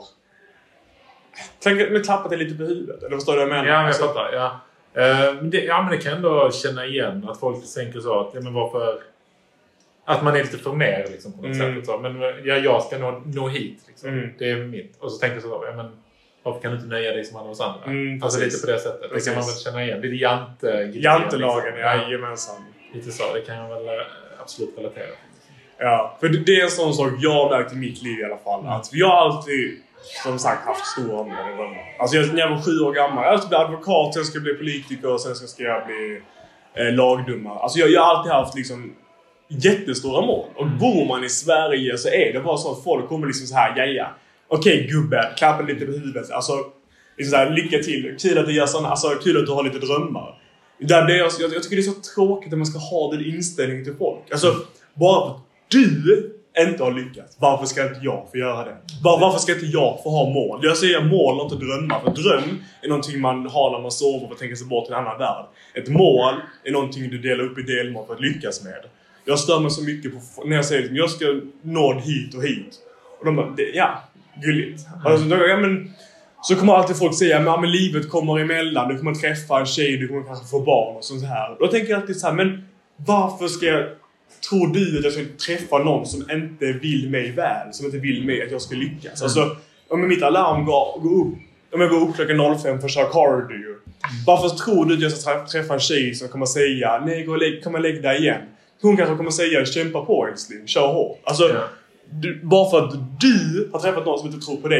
Tänk, men klappat dig lite på huvudet, eller förstår du vad jag menar? Ja, men jag alltså, fattar. Ja. Uh, det, ja, men det kan ändå känna igen att folk tänker så att, ja, men varför... Att man är lite för mer liksom, på något Mm. sätt. Så. Men ja, jag ska nå, nå hit. Liksom. Mm. Det är mitt. Och så tänker jag så, ja, men varför kan du inte nöja dig som alla oss andra? Mm, alltså precis. lite på det sättet. Precis. Det kan man väl känna igen. Det är jante Jantelagen, liksom. ja, jajamensan. Lite så. Det kan jag väl äh, absolut relatera. Ja, för det, det är en sån sak jag har märkt i mitt liv i alla fall. Mm. Att vi har alltid, som sagt, haft stora mål och drömmar. Alltså jag, när jag var sju år gammal, jag ska bli advokat, sen ska jag bli politiker och sen ska jag bli eh, lagdomare. Alltså jag, jag har alltid haft liksom jättestora mål. Och Mm. bor man i Sverige så är det bara så att folk kommer liksom så här, jaja. Okej, okay, gubbe, klappa lite på huvudet. Alltså, liksom så här, lycka till. Kul att du gör såna, alltså kul att du har lite drömmar. Där blir jag, jag, jag tycker det är så tråkigt att man ska ha den inställningen till folk. Alltså, bara för att du inte har lyckats, varför ska inte jag få göra det? Var, varför ska inte jag få ha mål? Jag säger mål och inte drömmar. För dröm är någonting man har när man sover och tänker sig bort till en annan värld. Ett mål är någonting du delar upp i delmål för att lyckas med. Jag stör mig så mycket på när jag säger att jag ska nå hit och hit. Och de bara, det, ja, gulligt. Alltså, då, ja, men, så kommer alltid folk säga, men, ja, men livet kommer emellan. Du kommer träffa en tjej, du kommer kanske få barn och sånt här. Då tänker jag alltid så här, men varför ska jag... Tror du att jag ska träffa någon som inte vill mig väl? Som inte vill mig att jag ska lyckas? Mm. Alltså, om mitt alarm går, går upp... Om jag går upp klockan fem för att köra cardio. Mm. Varför tror du att jag ska träffa en tjej som kommer säga, nej, gå och lägg, kom och lägg där igen? Hon kanske kommer säga, kämpa på älskling, kör hårt. Alltså, ja. du, bara för att du har träffat någon som inte tror på dig.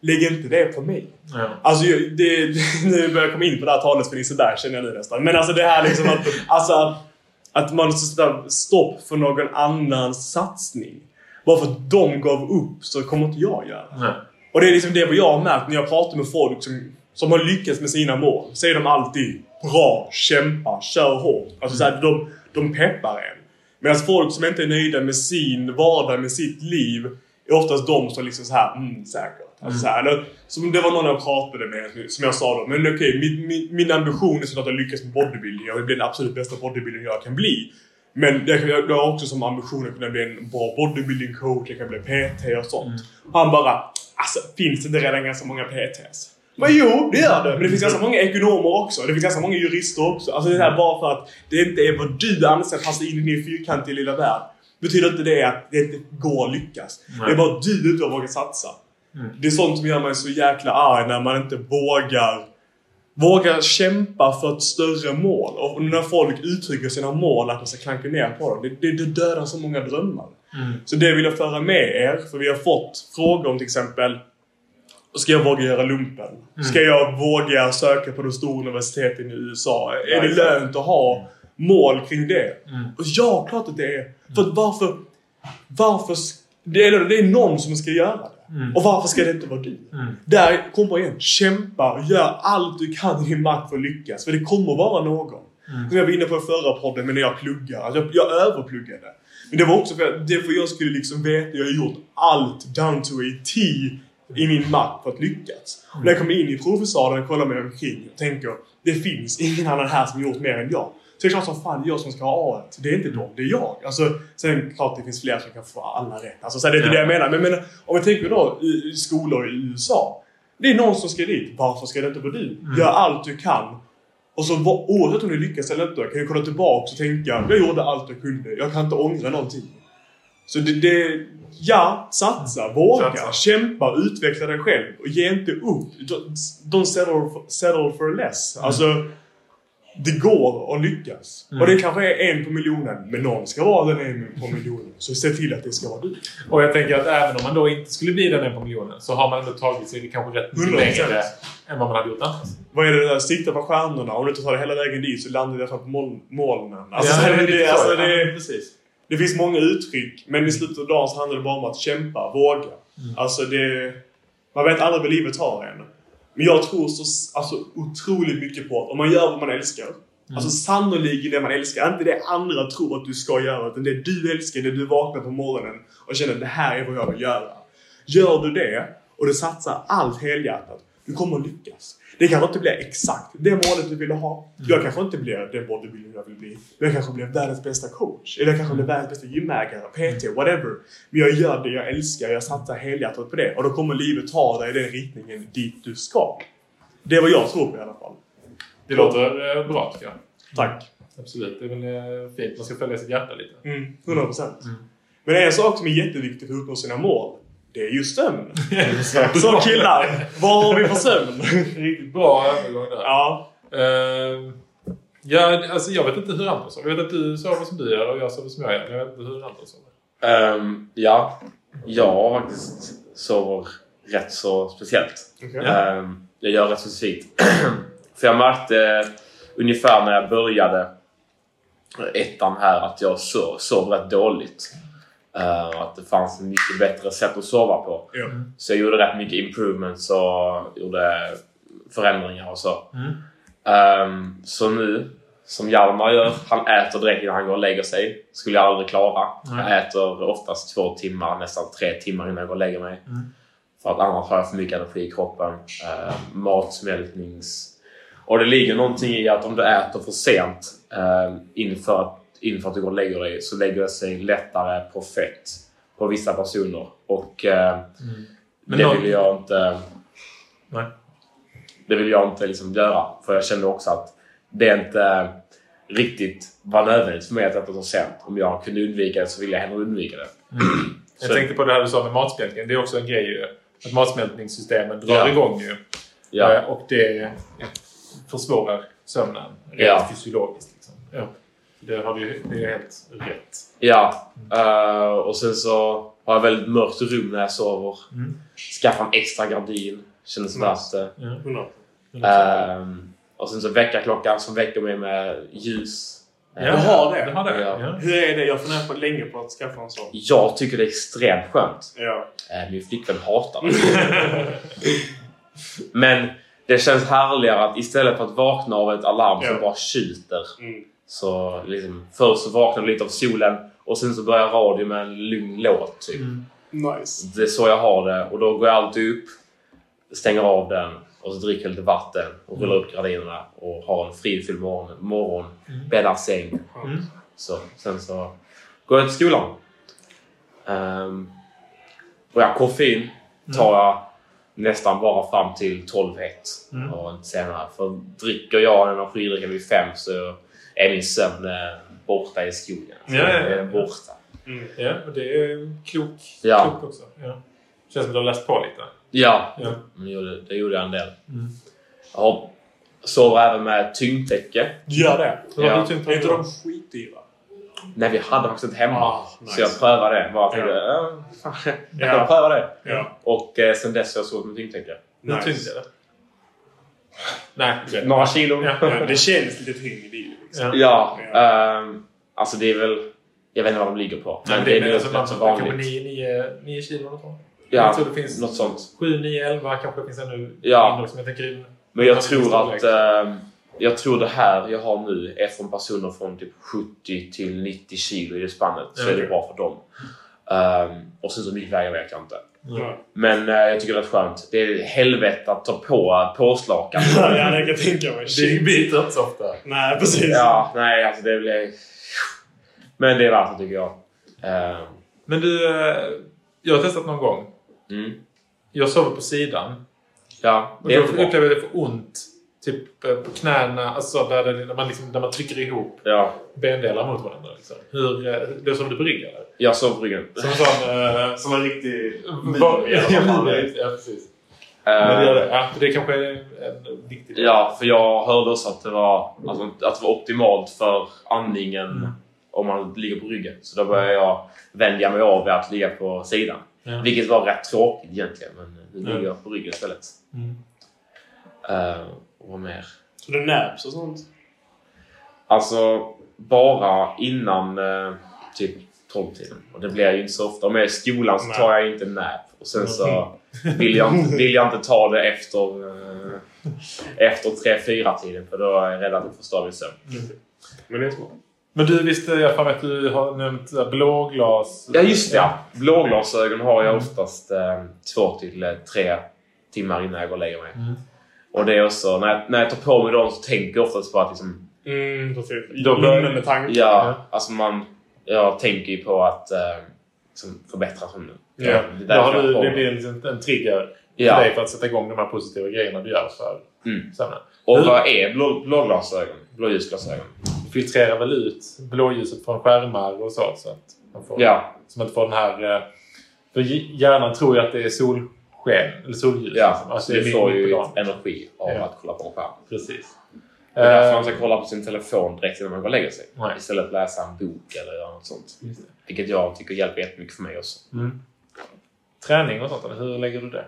lägg inte det på mig. Ja. Alltså, det, det, nu börjar jag komma in på det här talet för Liseberg, känner jag nu nästan. Men alltså det här liksom att, alltså, att man sätter stopp för någon annans satsning. Bara för att de gav upp så kommer inte jag göra. Nej. Och det är liksom det vad jag har märkt när jag pratar med folk som, som har lyckats med sina mål. Säger de alltid bra, kämpa, kör hårt. Alltså så här, de, de peppar en. Medan folk som inte är nöjda med sin vardag, med sitt liv, är oftast de som liksom så här, mm, säkert. Alltså så här, eller, som det var någon jag pratade med, som jag sa då, men okej, okay, min, min, min ambition är så att jag lyckas med bodybuilding. Jag vill bli den absolut bästa bodybuilding jag kan bli. Men jag, jag, jag har också som ambition att kunna bli en bra bodybuilding coach, jag kan bli P T och sånt. Mm. Han bara, alltså finns det inte redan ganska många P T's? Men jo, det gör det. Men det finns ganska många ekonomer också. Det finns ganska många jurister också. Alltså det här bara för att det inte är vad du anser passar in i din fyrkantiga lilla värld. Betyder inte det att det inte går att lyckas. Nej. Det är bara du inte vågar satsa. Mm. Det är sånt som gör mig så jäkla arg när man inte vågar vågar kämpa för ett större mål. Och när folk uttrycker sina mål att man ska klanka ner på dem. Det, det, det dödar så många drömmar. Mm. Så det vill jag föra med er. För vi har fått frågor om till exempel, ska jag våga göra lumpen? Mm. Ska jag våga söka på de stora universiteten i U S A? Är det lönt att ha mål kring det? Mm. Och ja, klart att det är. För att varför... Varför... Det är, det är någon som ska göra det. Mm. Och varför ska det inte vara du? Mm. Där kommer igen. Kämpa och gör allt du kan i din makt för att lyckas. För det kommer vara någon. Mm. Som jag var inne på i förra podden, men när jag pluggar. Alltså jag, jag överpluggade. Men det var också för att det för jag skulle liksom veta. Jag har gjort allt down to a T i min makt för att lyckas. Mm. Och när jag kommer in i provsalen och kollar mig omkring och tänker, det finns ingen annan här som gjort mer än jag. Så det är klart som fan, det är jag som ska ha A ett. Det är inte de, det är jag. Alltså, sen klart det finns fler som kan få alla rätt. Alltså, så det är inte ja. det jag menar. Men, men om vi tänker då i, i skolor i U S A. Det är någon som ska dit. Varför ska det inte vara du? Mm. Gör allt du kan. Och så oavsett om du lyckas eller inte, kan du kolla tillbaka och tänka, jag gjorde allt jag kunde. Jag kan inte ångra någonting. Så det, det ja, satsa, våga, satsa. Kämpa, utveckla dig själv. Och ge inte upp. Don't settle for, settle for less. Mm. Alltså... Det går att lyckas. Mm. Och det kanske är en på miljonen. Men någon ska vara den en på miljonen. Så se till att det ska vara du. Och jag tänker att även om man då inte skulle bli den en på miljonen. Så har man ändå tagit sig det kanske rätt mycket längre än vad man hade gjort annars. Vad är det där? Sikta på stjärnorna. Om du inte tar det hela vägen dit så landar det på moln, molnen. Alltså, ja, det, det, det, alltså, det, ja, precis. Det finns många uttryck. Men i slutet av dagen så handlar det bara om att kämpa. Våga. Mm. Alltså det... Man vet aldrig vad livet har än. Men jag tror så alltså, otroligt mycket på att om man gör vad man älskar. Mm. Alltså sannolikt det man älskar. Inte det andra tror att du ska göra. Utan det du älskar, det du vaknar på morgonen och känner att det här är vad jag vill göra. Gör du det och du satsar allt helhjärtat, du kommer att lyckas. Det kanske inte blir exakt det målet du vill ha. Mm. Jag kanske inte blir den bodybuilder jag vill bli. Men jag kanske blir världens bästa coach. Eller jag kanske blir världens bästa gymägare, P T, whatever. Men jag gör det jag älskar. Jag satsar helhjärtat på det. Och då kommer livet ta dig i den riktningen dit du ska. Det är vad jag tror på i alla fall. Det låter eh, bra, tycker jag. Tack. Absolut, det är väl eh, fint. Man ska följa sitt hjärta lite. Mm, hundra procent. Mm. Men en sak som är jätteviktig för att uppnå sina mål, det är just sömn. Så killar, vad har vi för sömn? Riktigt bra övergång där. Ja. Uh, ja, alltså jag vet inte hur Anton sover. Jag vet att du sover som du gör och jag sover som jag gör. Men jag vet inte hur Anton sover. Um, ja, jag faktiskt sover rätt så speciellt. Okay. Um, jag gör rätt specifikt. För jag märkte ungefär när jag började ettan här att jag sov, sov rätt dåligt. Uh, att det fanns en mycket bättre sätt att sova på. Mm. Så jag gjorde rätt mycket improvements och gjorde förändringar och så. Mm. Um, så nu, som Hjalmar gör, han äter direkt innan han går och lägger sig. Skulle jag aldrig klara. Mm. Jag äter oftast två timmar, nästan tre timmar innan jag går och lägger mig. Mm. För att annars har jag för mycket energi i kroppen. Uh, matsmältnings... Och det ligger någonting i att om du äter för sent uh, inför att inför att du går och lägger dig, så lägger det sig lättare på fett på vissa personer. Och eh, mm. det någon... vill jag inte Nej. det vill jag inte liksom göra. För jag kände också att det inte riktigt var nödvändigt för mig att äta så sent. Om jag kunde undvika det så vill jag hellre undvika det. Mm. Jag tänkte på det här du sa med matsmältningen. Det är också en grej ju. Att matsmältningssystemen drar ja. igång ju. Ja. Och det försvårar sömnen rent ja. fysiologiskt. Liksom. Ja. Det, har du, det är helt rätt. Ja. Uh, och sen så har jag väldigt mörkt rum när jag sover. Mm. Skaffa en extra gardin. Känner sådär att... Ja. Uh, och sen så väckarklockan som väcker mig med ljus. Ja, du har det. Du har det. Ja. Ja. Hur är det? Jag funderar på länge på att skaffa en sån. Jag tycker det är extremt skönt. Ja. Uh, min flickvän hatar det. Men det känns härligare att istället för att vakna av ett alarm ja. som bara tjuter. Mm. Så liksom, först så vaknar du lite av solen och sen så börjar radio med en lugn låt typ. Mm. Nice. Det är så jag har det. Och då går jag alltid upp, stänger av den och så dricker jag lite vatten och rullar upp gardinerna och har en fridfull morgon, morgon Mm. bäddar säng. Mm. Så, sen så går jag till skolan. Um, och ja, koffein tar jag nästan bara fram till tolv ett Mm. och inte senare. För dricker jag en energidricka vid fem så är min sömn eh, borta i skogen. Så Ja, ja, ja. är borta. Mm. Ja, och det är klok, Ja. klok också. Ja. Känns som att du har läst på lite. Ja, Ja. det gjorde, det gjorde jag en del. Mm. Jag har, sover även med tyngdtäcke. Gör det. Ja. Hur tungt Är har inte du de då? skitdyra? Nej, vi hade faktiskt ett hemma. Ah, nice. Så jag prövade det. Bara tänkte, Ja. ja. fan, jag Ja. kan pröva det. Ja. Och eh, sen dess har jag sovit med tyngdtäcke. Hur Nice. tungt är det? Nej, det är Några kilo. Ja. Ja, det känns lite tyngd i liksom. Ja. Ja, ehm, alltså det är väl... Jag vet inte vad de ligger på. Men Men det är men nog alltså, rätt så man, kanske vanligt. nio kilo eller så. Ja, Jag tror det finns något sånt. sju, nio, elva kanske finns ännu Ja. mindre som jag tänker. Men jag tror att... ehm, jag tror det här jag har nu är från personer från typ sjuttio till nittio kilo i det spannet. Så Ja, är det okej. bra för dem. Ehm, och sen så mycket väger vet jag inte. Ja. Men eh, jag tycker det är rätt skönt. Det är helvete att ta på påslakan. Ja, det kan jag tänka mig. Det biter inte så ofta. Nej, precis. Ja, nej, alltså det blir... Men det är värt det tycker jag. Ehm, Men du, eh, jag har testat någon gång. mm. Jag sover på sidan. Ja, Och det är då inte bra. upplever jag det för ont. Typ eh, på knäna, alltså där, det, där, man liksom, där man trycker ihop Ja, bendelar mot varandra. Liksom. Hur, eh, då sover du på rygg eller? jag sover på ryggen. Som en sån... Eh, Som en riktig... var- Ja, ja, fan, det- ja, precis. Men det, gör det. Ja, det kanske är en viktig del. Ja, för jag hörde också att det var, alltså, att det var optimalt för andningen Mm. om man ligger på ryggen. Så då började jag vänja mig av att ligga på sidan. Ja. Vilket var rätt tråkigt egentligen, men nu Ja. ligger jag på ryggen istället. Mm. Uh, och vad mer? Så det naps och sånt? Alltså, bara innan uh, typ tolv-tiden. Och det blir jag ju inte så ofta. Om jag är i skolan så Nej. tar jag inte nap. Och sen så vill jag, inte- vill jag inte ta det efter, uh, efter tre fyra tiden. För då är jag rädd att jag förstår min sömn. Men det är smart. Men du visste i alla fall att du har nämnt eh, blåglas. Ja, just det. Ja. Blåglasögon har jag oftast eh, två till eh, tre timmar innan jag går och lägger mig. Mm. Och det är också, när jag, när jag tar på mig dem så tänker jag oftast på att liksom, Mm, precis. Då bör- Lugnande tankar. ja, alltså man, jag tänker ju på att eh, liksom förbättra sömnen. Ja. Det är Då därför har du, jag har det på blir mig. en, en trigger Ja. för dig för att sätta igång de här positiva grejerna du gör för Mm. sömnen. Och Hur- vad är blå, blåglasögon? Blåljusglasögon? Du filtrerar väl ut blåljuset från skärmar och så, så att man får, Ja. så man inte får den här... eh, För hjärnan tror ju att det är solsken, eller solljus. Ja, liksom. Alltså, så det du är får mitt ju på dagen. energi av Ja. att kolla på en skärm. Precis. Det är därför Eh, man ska kolla på sin telefon direkt innan man går och lägger sig. Nej. Istället för att läsa en bok eller göra något sånt. just det. Vilket jag tycker hjälper jättemycket för mig också. Mm. Träning och sånt, eller hur lägger du det?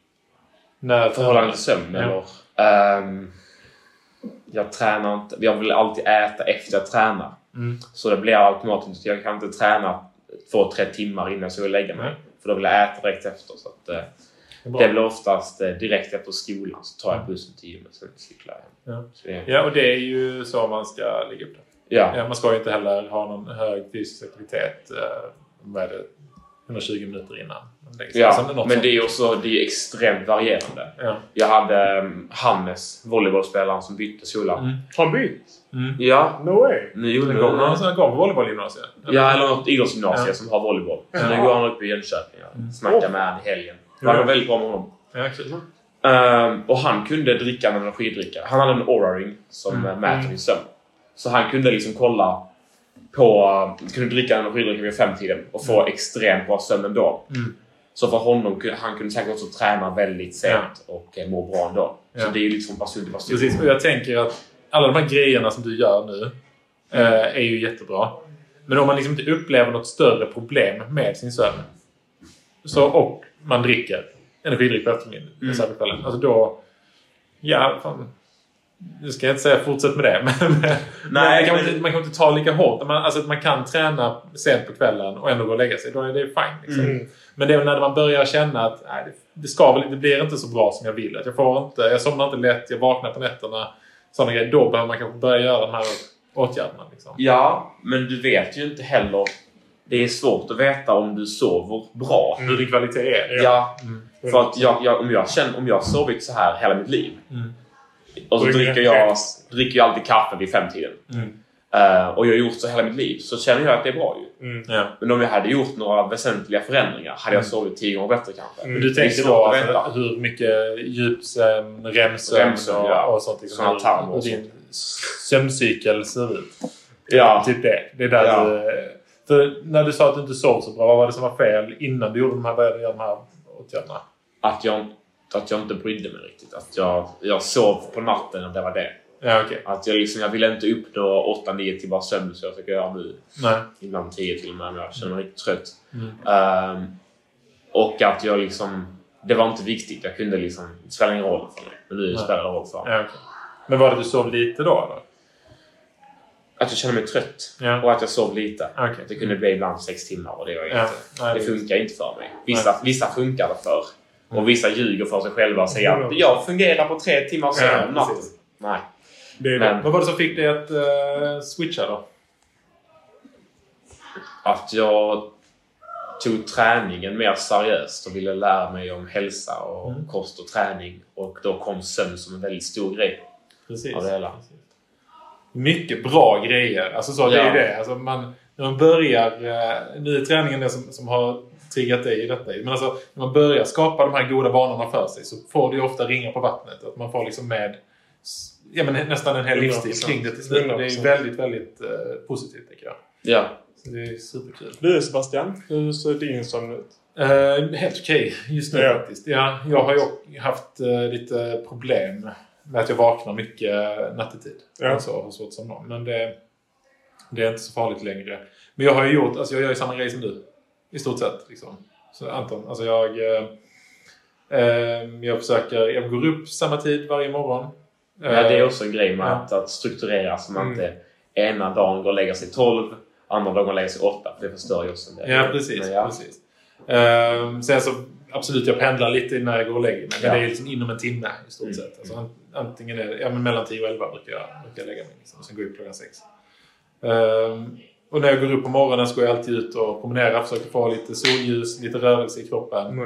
När Förhållande till sömn Ja. eller? Ehm, jag tränar inte. Jag vill alltid äta efter jag tränar. Mm. Så det blir automatiskt. Jag kan inte träna två, tre timmar innan jag ska lägga mig. Nej. För då vill jag äta direkt efter. Så att, eh, Det är bra. det blir oftast eh, direkt efter skolan. Så tar jag bussen till gymmet. Sen cyklar jag hem. Ja. Så det, Ja, och det är ju så man ska lägga upp det. ja. Ja, man ska ju inte heller ha någon hög fysisk aktivitet. Eh, vad är det? hundratjugo minuter innan. Ja, Alltså, något men sånt. det är ju också det är extremt varierande. Ja. Jag hade um, Hannes, volleybollspelaren, som bytte skola. Mm. Har han bytt? Mm. Ja, No way. nu gjorde Den han går, alltså, den går på volleybollgymnasiet. Ja, eller något idrottsgymnasium Ja. som har volleyboll. Så Ja. nu går han upp i Jönköping. Jag Mm. snackade med honom i helgen. Det Ja. var väldigt bra med honom. Ja, kul. Um, och han kunde dricka en energidricka. Han hade en Oura-ring som Mm. mm. mäter din sömn. Så han kunde liksom kolla på... kunde dricka en energidricka vid femtiden och få Mm. extremt bra sömn ändå. Mm. Så för honom, han kunde säkert också träna väldigt sent och eh, må bra ändå. Så Ja. det är ju liksom person till person. Precis, och jag tänker att alla de här grejerna som du gör nu, eh, är ju jättebra. Men om man liksom inte upplever något större problem med sin sömn så, och man dricker energidryck på eftermiddagen, mm. alltså då, ja, fan, nu ska jag inte säga fortsätt med det, men, Nej, men, kan men... Inte, man kan inte ta lika hårt. Man, alltså, man kan träna sent på kvällen och ändå gå och lägga sig, då är det fine. Liksom. Mm. Men det är när man börjar känna att nej, det, det, ska väl, det blir inte så bra som jag vill. Att jag, får inte, jag somnar inte lätt, jag vaknar på nätterna, sådana grejer. Då behöver man kanske börja göra de här åtgärderna. Liksom. Ja, men du vet ju inte heller. Det är svårt att veta om du sover bra. Mm. Hur din kvalitet är. Ja, mm. för att jag, jag, om, jag känner, om jag har sovit så här hela mitt liv. Mm. Och så dricker jag, dricker jag alltid kaffe vid femtiden. Mm. Uh, och jag har gjort så hela mitt liv. Så känner jag att det är bra ju. Mm. Ja. Men om jag hade gjort några väsentliga förändringar hade jag sovit tio gånger bättre kanske. Mm. Du tänker då alltså, hur mycket djupsömn, remsömn och, ja. och sånt. Liksom, hur, hur din sömncykel ser ut. Ja. Typ det. Det är där ja. du, för när du sa att du inte sov så bra, vad var det som var fel innan du gjorde de här, började göra de här åtgärderna? Att jag, att jag inte brydde mig riktigt. Att jag, jag sov på natten och det var det. Ja, okay. Att jag, liksom, jag ville inte uppnå åtta nio timmar sömn så jag försöker göra nu. Nej. Ibland tio till och med, men jag känner mig riktigt trött. Mm. Um, och att jag liksom, det var inte viktigt. Jag kunde liksom, det spelar ingen roll för mig. Men nu Nej. spelar det roll för mig. Ja, okay. Men var det du sov lite då eller? Att jag kände mig trött. Ja. Och att jag sov lite. Okay. Det kunde bli ibland sex timmar och det var inte. Ja. Nej, det funkar inte för mig. Vissa, vissa funkar det för. Och vissa ljuger för sig själva och säger att jag fungerar på tre timmar sömn om natten. Nej. Det är Men, vad var det som fick dig att uh, switcha då? Att jag tog träningen mer seriöst och ville lära mig om hälsa och mm. kost och träning. Och då kom sömn som en väldigt stor grej. Precis. Av det hela. Mycket bra grejer. Alltså så, det är ju det. Alltså man, när man börjar... Uh, nu är träningen det som, som har triggat dig i detta. Men alltså, när man börjar skapa de här goda vanorna för sig så får det ju ofta ringa på vattnet. Att man får liksom med... Ja, men nästan en hel livsstil kring det till slut. Det är väldigt, väldigt uh, positivt tycker jag. Ja. Så det är superkul. Du Sebastian, hur ser din sömn ut? Uh, helt okej, okay, just nu ja. faktiskt. Ja, jag har ju haft uh, lite problem med att jag vaknar mycket nattetid. Ja. Alltså, har svårt som någon. Men det, det är inte så farligt längre. Men jag har ju gjort, alltså jag gör ju samma grej som du. I stort sett liksom. Så Anton, alltså jag... Uh, uh, jag försöker, jag går upp samma tid varje morgon. Ja, det är också en grej med ja. att, att strukturera så man mm. inte ena dagen går och lägger sig tolv, andra dagen går och lägger sig åtta. För det förstör ju också en del. Ja, precis. Men, ja. precis. Um, sen så, absolut, jag pendlar lite när jag går och lägger mig. Men ja. det är liksom inom en timme i stort mm. sett. Alltså, antingen är det, ja men mellan tio och elva brukar jag, brukar jag lägga mig. Liksom, och sen går jag upp klockan sex. Um, och när jag går upp på morgonen så går jag alltid ut och promenerar. Försöker få lite solljus, lite rörelse i kroppen. Mm.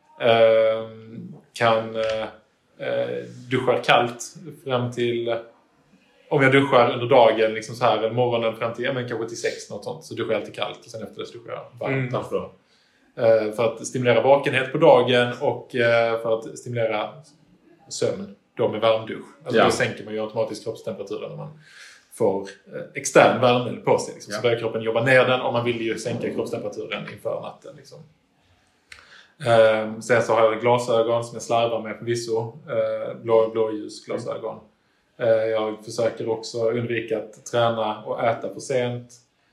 Um, kan... Uh, Eh, duschar kallt fram till om jag duschar under dagen liksom så här eller morgonen fram till ja, men kanske till sex något sånt så duschar jag alltid kallt och sen efter det duschar jag varmt mm. då. Eh, för att stimulera vakenhet på dagen och eh, för att stimulera sömn då med varmdusch. Alltså ja. Då sänker man ju automatiskt kroppstemperaturen när man får eh, extern värme på sig liksom. Ja. Så börjar kroppen jobba ner den och man vill ju sänka kroppstemperaturen inför natten liksom. Um, sen så har jag glasögon som jag slarvar med förvisso. Uh, blå, blåljus glasögon. Uh, jag försöker också undvika att träna och äta för sent.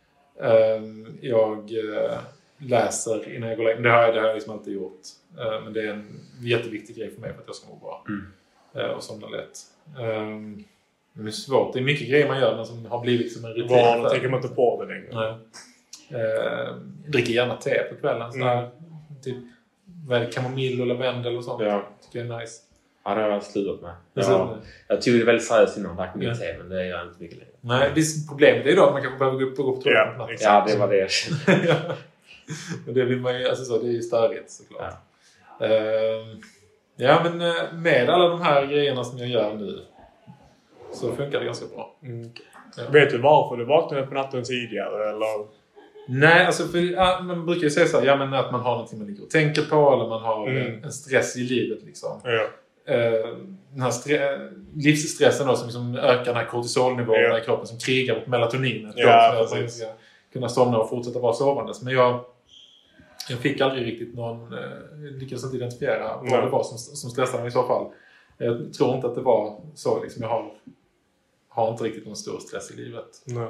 Um, jag uh, läser innan jag går längre. Det har jag, det har jag liksom alltid gjort. Uh, men det är en jätteviktig grej för mig för att jag ska må bra. Mm. Uh, och somna lätt. Um, det är svårt. Det är mycket grejer man gör men som har blivit som en rutin. Var tänker man inte på det längre. Uh, dricker gärna te på kvällen. Mm. Där, typ kamomill och lavendel och sånt. Ja. Det är nice. Ja, det har jag slutat med. Ja, jag tog det väldigt seriöst innan jag drack mycket te, men det gör jag inte mycket längre. Nej, det problemet är då att man kanske behöver gå upp och gå på toaletten på natten. Ja, det var det jag kände. Ja. Men det vill man ju, alltså så, det är ju störigt såklart. Ja. Uh, ja, men med alla de här grejerna som jag gör nu så funkar det ganska bra. Mm. Ja. Vet du varför du vaknade på natten tidigare, eller... Nej, alltså för, ja, man brukar ju säga så här, ja, men att man har någonting man ligger och tänker på eller man har mm. en, en stress i livet liksom. Ja. Uh, den här stre- livsstressen då som liksom ökar den här kortisolnivån ja. i kroppen som krigar mot melatoninet ja, då, för att man ska kunna somna och fortsätta vara sovandes. Men jag, jag fick aldrig riktigt någon, uh, lyckades inte identifiera vad mm. det var som, som stressade mig i så fall. Jag tror inte att det var så liksom, jag har, har inte riktigt någon stor stress i livet. Mm.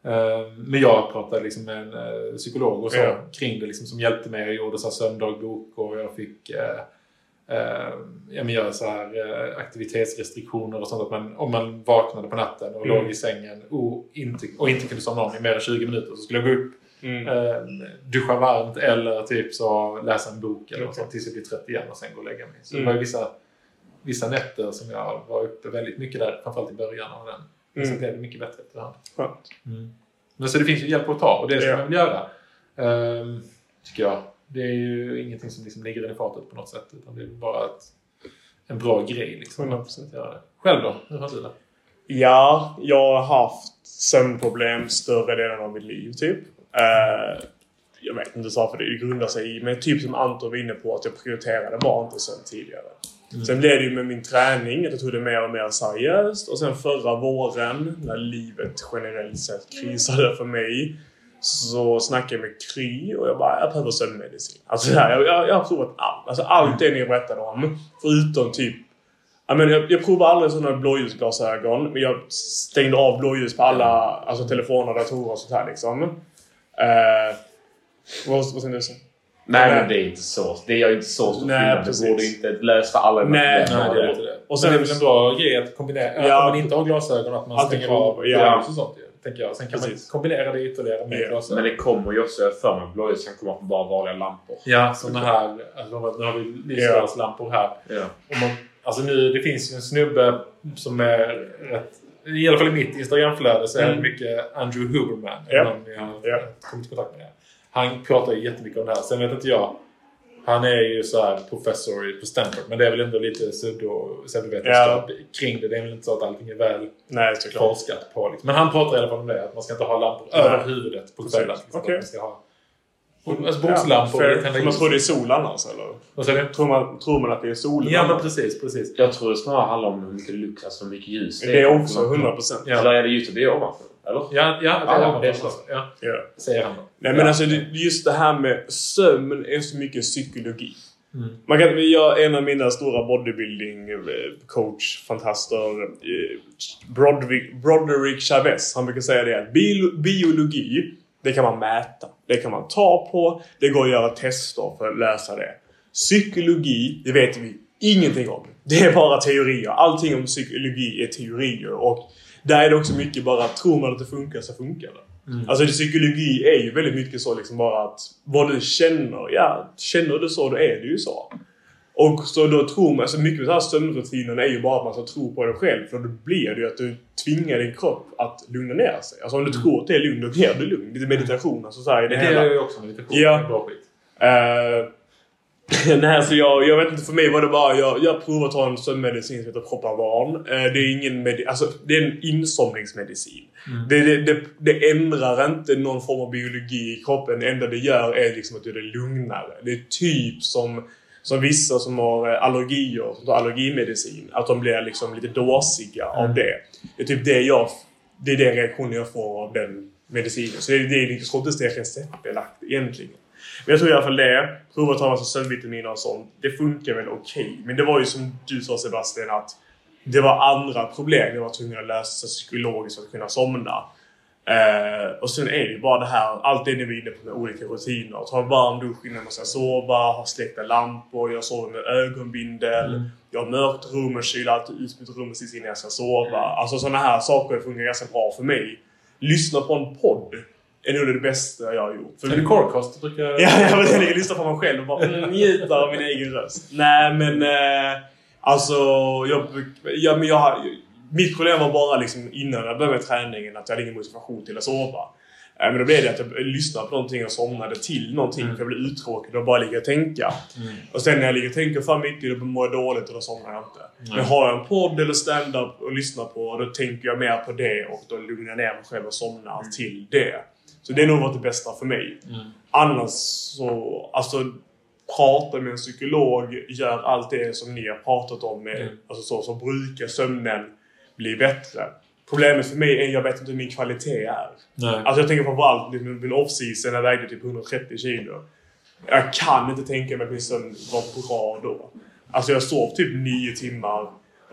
Uh, men jag pratade liksom med en uh, psykolog och så ja. kring det liksom, som hjälpte mig. Jag gjorde så här sömndagbok och jag fick uh, uh, ja, men göra så här uh, aktivitetsrestriktioner och sånt. Att man, om man vaknade på natten och mm. låg i sängen och inte, och inte kunde somna om i mer än tjugo minuter så skulle jag gå upp, mm. uh, duscha varmt eller typ så läsa en bok eller okay. något, tills jag blir trött igen och sen gå och lägga mig. Så mm. det var ju vissa, vissa nätter som jag var uppe väldigt mycket där, framförallt i början av den. Mm. Så blev det mycket bättre efterhand. Mm. Men så det finns ju hjälp att ta och det ska ja. man vill göra. Um, tycker jag. Det är ju ingenting som liksom ligger i fatet på något sätt. Utan det är bara ett, en bra grej liksom. hundra procent. Att göra det. Själv då? Hur har du det? Ja, jag har haft sömnproblem större delen av mitt liv typ. Uh, jag vet inte varför det grundar sig i. Men typ som Anton var inne på att jag prioriterade bara inte sömn tidigare. Mm. Sen blev det ju med min träning att jag tog det mer och mer seriöst. Och sen förra våren, när livet generellt sett krisade för mig, så snackade jag med Kry och jag bara, jag behöver sömnmedicin. Alltså jag, jag, jag har provat allt. Alltså allt det ni berättade om. Förutom typ, jag, menar, jag, jag provade aldrig sådana blåljusglasögon. Men jag stängde av blåljus på alla alltså telefoner, datorer och sånt här liksom. Uh, vad, vad säger du så? Nej, men det är inte så. Det är ju inte så så nej, fint. Det borde inte lösa alla. Nej, nej, det är inte det. Och sen är det väl en bra grej att kombinera. Ja, att man inte har glasögon, att man stänger av ja. och sånt. Tänker jag. Sen kan precis. man kombinera det ytterligare med ja. glasögon. Men det kommer ju också för mig blåljus kan komma på bara vanliga lampor. Ja, sådana här. Alltså, nu har vi lysrörslampor här. Ja. Och man, alltså nu, det finns ju en snubbe som är rätt, i alla fall i mitt Instagramflöde så är det mm. mycket Andrew Huberman. Ja. Någon jag har ja. kommit i kontakt med det. Han pratar ju jättemycket om det här. Sen vet inte jag. Han är ju så här professor på Stanford. Men det är väl ändå lite pseudovetenskap ja. kring det. Det är väl inte så att allting är väl nej, forskat på. Liksom. Men han pratar i alla fall om det. Att man ska inte ha lampor nej. över huvudet på kvällen. Liksom, okay. Man ska ha alltså, borslampor. Ja, för, man tror det är solen alltså, eller? Vad säger du? Tror man, tror man att det är solen? Ja, men precis, precis. Jag tror det snarare handlar om hur mycket lux, alltså hur mycket ljus det är. Det är också hundra procent. Ja. Eller är det ljuset det är ovanför? Eller? Ja, ja, det är ja, det är så. Ja. Ja. Säger han då. Nej, men ja. alltså just det här med sömn är så mycket psykologi. Mm. Man kan, jag, en av mina stora bodybuilding coach, fantaster, Broderick, Broderick Chavez, han brukar säga det att bio, biologi, det kan man mäta. Det kan man ta på. Det går att göra tester för att lösa det. Psykologi, det vet vi ingenting om. Det är bara teorier. Allting om psykologi är teorier. Och där är det också mycket bara att tror man att det funkar så funkar det. Mm. Alltså det, psykologi är ju väldigt mycket så liksom bara att vad du känner, ja, känner du så då är det ju så. Och så då tror man, alltså mycket av den här sömnrutinen är ju bara att man ska tro på det själv. För då blir det ju att du tvingar din kropp att lugna ner sig. Alltså om du mm. tror att det är lugn, då blir du lugn. Lite meditation, alltså så här, det, det hela. är ju också meditation, ja. Det är bra skit. Uh, nej, så jag, jag vet inte, för mig var det bara, jag, jag provar att ta en sömnmedicin som heter Propavan. Uh, det är ingen medi- alltså det är en insomningsmedicin. Mm. Det, det, det, det ändrar inte någon form av biologi i kroppen. Det enda det gör är liksom att det är lugnare. Det är typ som Som vissa som har allergier, som tar allergimedicin, att de blir liksom lite dåsiga mm. av det. Det är typ det jag, det är den reaktionen jag får av den medicinen. Så det, det är inte så att det är receptbelagt egentligen. Men jag tror i alla fall det, prova att ta massa sömnvitaminer och sånt, det funkar väl okej. Okay. Men det var ju som du sa Sebastian, att det var andra problem jag var tvungen att lösa psykologiskt för att kunna somna. Uh, och sen är det ju bara det här, allt det ni var inne på med olika rutiner. Ta en varm dusch innan man ska sova, ha släckta lampor, jag sover med ögonbindel, mm. jag har mörkt rum och kyler alltid ut mitt rum precis innan jag ska sova. Mm. Alltså sådana här saker funkar ganska bra för mig. Lyssna på en podd är nog det bästa jag har gjort. För är det Corecast? Brukar... Ja, jag vill hellre lyssna på mig själv och bara mm, njuta av min egen röst. Nej, men uh, alltså jag, jag, men jag har... Mitt problem var bara liksom innan jag började med träningen att jag hade ingen motivation till att sova. Men då blev det att jag lyssnade på någonting och somnade till någonting mm. för jag blev uttråkad och bara ligga och tänka. Mm. Och sen när jag ligger och tänker för mycket då mår jag dåligt och då somnar jag inte. Mm. Men har jag en podd eller stand-up och lyssnar på då tänker jag mer på det och då lugnar jag ner mig själv och somnar mm. till det. Så det är nog varit det bästa för mig. Mm. Annars så, alltså prata med en psykolog, gör allt det som ni har pratat om med, mm. alltså så, så brukar sömnen bli bättre. Problemet för mig är att jag vet inte hur min kvalitet är. Nej. Alltså jag tänker på allt liksom, min off-season när jag vägde typ hundratrettio kilo. Jag kan inte tänka mig att min sömn var bra då. Alltså jag sov typ nio timmar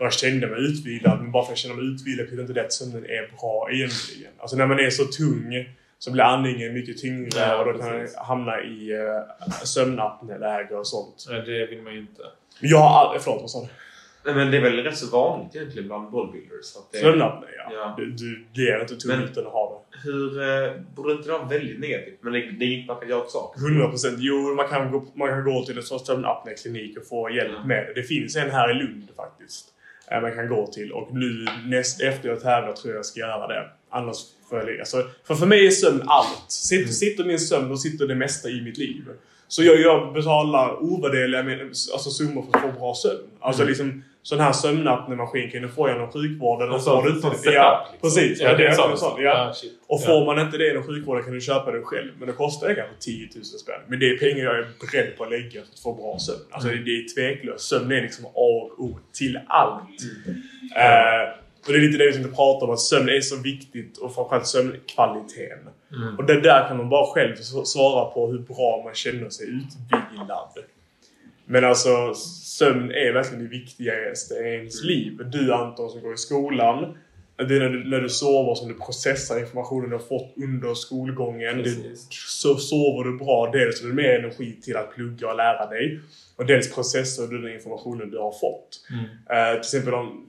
Och jag kände mig utvilad, men bara för att jag känner mig utvilad betyder inte det att sömnen är bra egentligen. Alltså när man är så tung så blir andningen mycket tyngre ja, och då kan man hamna i uh, sömnapnéläge och sånt. Nej, det vill man ju inte. Jag har aldrig, förlåt vad sa du? Nej, men det är väl rätt så vanligt egentligen bland bodybuilders. Att det... Sömnapné, ja. ja. Du, du blir inte tung men, utan att ha det. Hur, eh, borde inte det vara väldigt negativt? Men det, det är inte man kan göra sak. hundra procent. Jo, man kan, gå, man kan gå till en sån sömnapné-klinik och få hjälp mm. med det. Det finns en här i Lund faktiskt. Man kan gå till. Och nu näst efter jag tävlar tror jag jag ska göra det. Annars får jag ligga. Alltså, för för mig är sömn allt. Sitter, mm. sitter min sömn, då sitter det mesta i mitt liv. Så jag, jag betalar ovärderliga alltså, summor för att få bra sömn. Alltså mm. liksom sån här sömnapnémaskin kan du få genom sjukvården. Och får du inte det. Ja, precis. Ja, det är sånt. sånt ja. Ja, och får ja. man inte det inom sjukvården kan du köpa det själv. Men det kostar det kanske tio tusen spänn. Men det är pengar jag är beredd på att lägga för att få bra sömn. Alltså mm. det är tveklöst. Sömn är liksom A och O till allt. Mm. Uh, och det är lite det vi inte pratar om. Att sömn är så viktigt. Och framförallt sömnkvaliteten. Mm. Och det där kan man bara själv svara på hur bra man känner sig utvilad. Men alltså, sömn är verkligen det viktigaste i ens liv. Du Anton som går i skolan, det är när du, när du sover som du processar informationen du har fått under skolgången. Du, så sover du bra, dels har du mer energi till att plugga och lära dig. Och dels processar du den informationen du har fått. Mm. Uh, till exempel om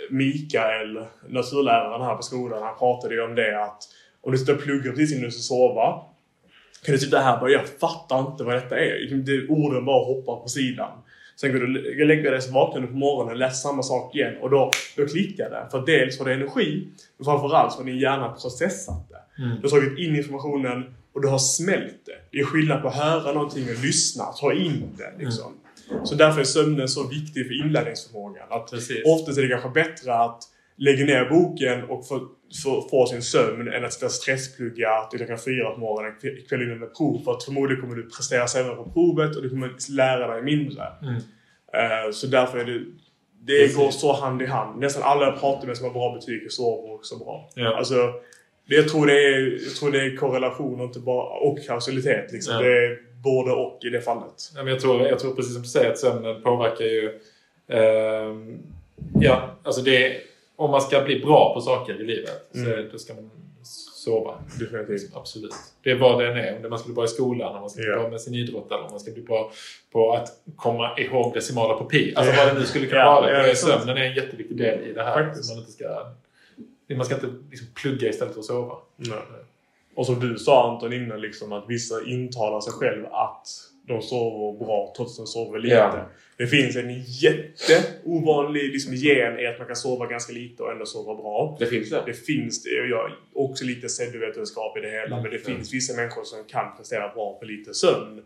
Mikael, naturläraren här på skolan, han pratade ju om det att om du sitter och pluggar precis innan du ska sova, kan du sitta här och bara, jag fattar inte vad detta är. Det, orden bara hoppar på sidan. Sen går du lägga dig så vaknar du på morgonen och läser samma sak igen. Och då, då klickar det. För dels får det energi. Men framförallt så har din hjärna processat det. Mm. Du har tagit in informationen och du har smält det. Det är skillnad på att höra någonting och lyssna. Ta in det liksom. Mm. Så därför är sömnen så viktig för inlärningsförmågan. Att ofta är det kanske bättre att lägga ner boken och få, få, få sin sömn än att sitta stressplugga till klockan fyra på morgonen kväll innan med prov. För att förmodligen kommer du prestera sämre på provet och du kommer lära dig mindre. Mm. Uh, så därför är det, det Precis. går så hand i hand. Nästan alla jag pratar med som har bra betyg sover också bra. Ja. Alltså, det, jag, tror det är, jag tror det är korrelation och inte bara och kausalitet. Liksom. Ja. Det är både och i det fallet. Ja, men jag, tror, jag tror precis som du säger att sömnen påverkar ju... Uh, ja, alltså det är... Om man ska bli bra på saker i livet mm. så då ska man sova. Definitivt. Absolut. Det är vad den är. Om man ska bli bra i skolan, om man ska bli ja. bra med sin idrott eller om man ska bli bra på att komma ihåg decimaler på pi. Alltså ja. vad det nu skulle kunna ja, vara. Ja, sömnen är en jätteviktig del i det här. Så man inte ska, man ska inte liksom plugga istället för att sova. Nej. Och som du sa Anton innan, liksom, att vissa intalar sig själv att de sover bra trots att de sover lite. Ja. Det finns en jätteovanlig liksom, gen i att man kan sova ganska lite och ändå sova bra. Det finns det. Det finns det. Jag har också lite pseudovetenskap i det hela. Mm. Men det finns vissa människor som kan prestera bra på lite sömn.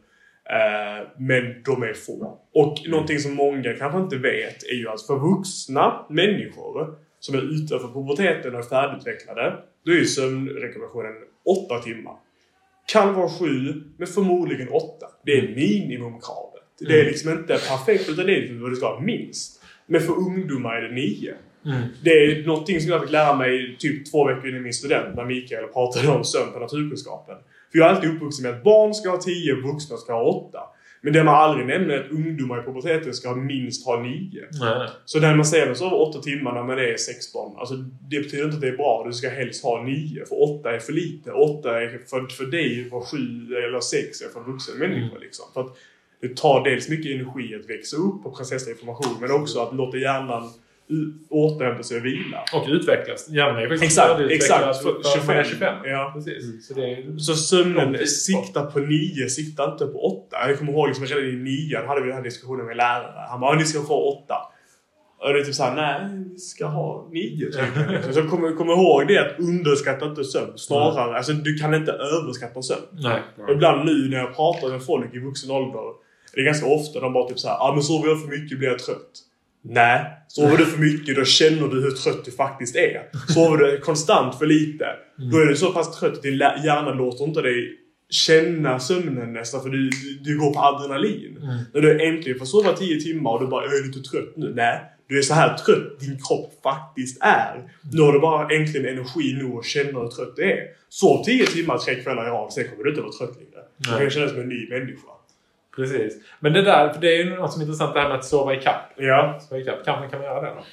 Uh, men de är få. Och mm. någonting som många kanske inte vet är ju att för vuxna människor som är utanför puberteten och är färdigutvecklade, då är ju sömnrekommendationen åtta timmar. Kan vara sju, men förmodligen åtta. Det är minimumkravet. Mm. Det är liksom inte perfekt, utan det är liksom vad det ska vara minst. Men för ungdomar är det nio. Mm. Det är någonting som jag fick lära mig typ två veckor innan min student när Mikael pratade om sömn på naturkunskapen. För jag är alltid uppvuxen med att barn ska ha tio, vuxna ska ha åtta. Men det man aldrig nämner är att ungdomar i puberteten ska minst ha nio. Mm. Så när man säger så över åtta timmar när man är sexton, alltså det betyder inte att det är bra. Du ska helst ha nio, för åtta är för lite. Åtta är för, för dig, var sju eller sex är för en vuxen människa. Mm. Liksom. För att det tar dels mycket energi att växa upp och processa information, men också att låta hjärnan återhämta sig och vila. Och utvecklas. Hjärnan är faktiskt exakt, exakt. För, för tjugofem. tjugofem. Ja. Precis. Mm. Så, det är så sömnen siktar på nio, siktar inte på åtta. Jag kommer ihåg liksom, redan i nian hade vi den här diskussionen med lärare. Han bara, ni ska få åtta. Och det är typ såhär, nej, vi ska ha nio. Så jag kommer, kommer ihåg det att underskatta inte sömn. Snarare, mm. alltså du kan inte överskatta sömn. Nej. Och ibland nu när jag pratar med folk i vuxen ålder, det är ganska ofta de bara typ såhär, ja ah, men sover jag för mycket blir jag trött. Nej, sover du för mycket då känner du hur trött du faktiskt är. Sover du konstant för lite, mm. då är du så pass trött att din hjärna låter inte dig känna sömnen nästan, för du, du går på adrenalin. Mm. När du äntligen får sova tio timmar och du bara, jag är lite trött nu. Nej, du är så här trött din kropp faktiskt är. Mm. Nu har du bara äntligen energi nog och känner hur trött det är. Sov tio timmar tre kvällar i rad, sen kommer du inte vara trött längre. Du kan känna som en ny människa. Precis. Men det där, för det är ju något som är intressant det här med att sova i kapp. Ja. Sova i kapp. Kan man, kan man göra det då?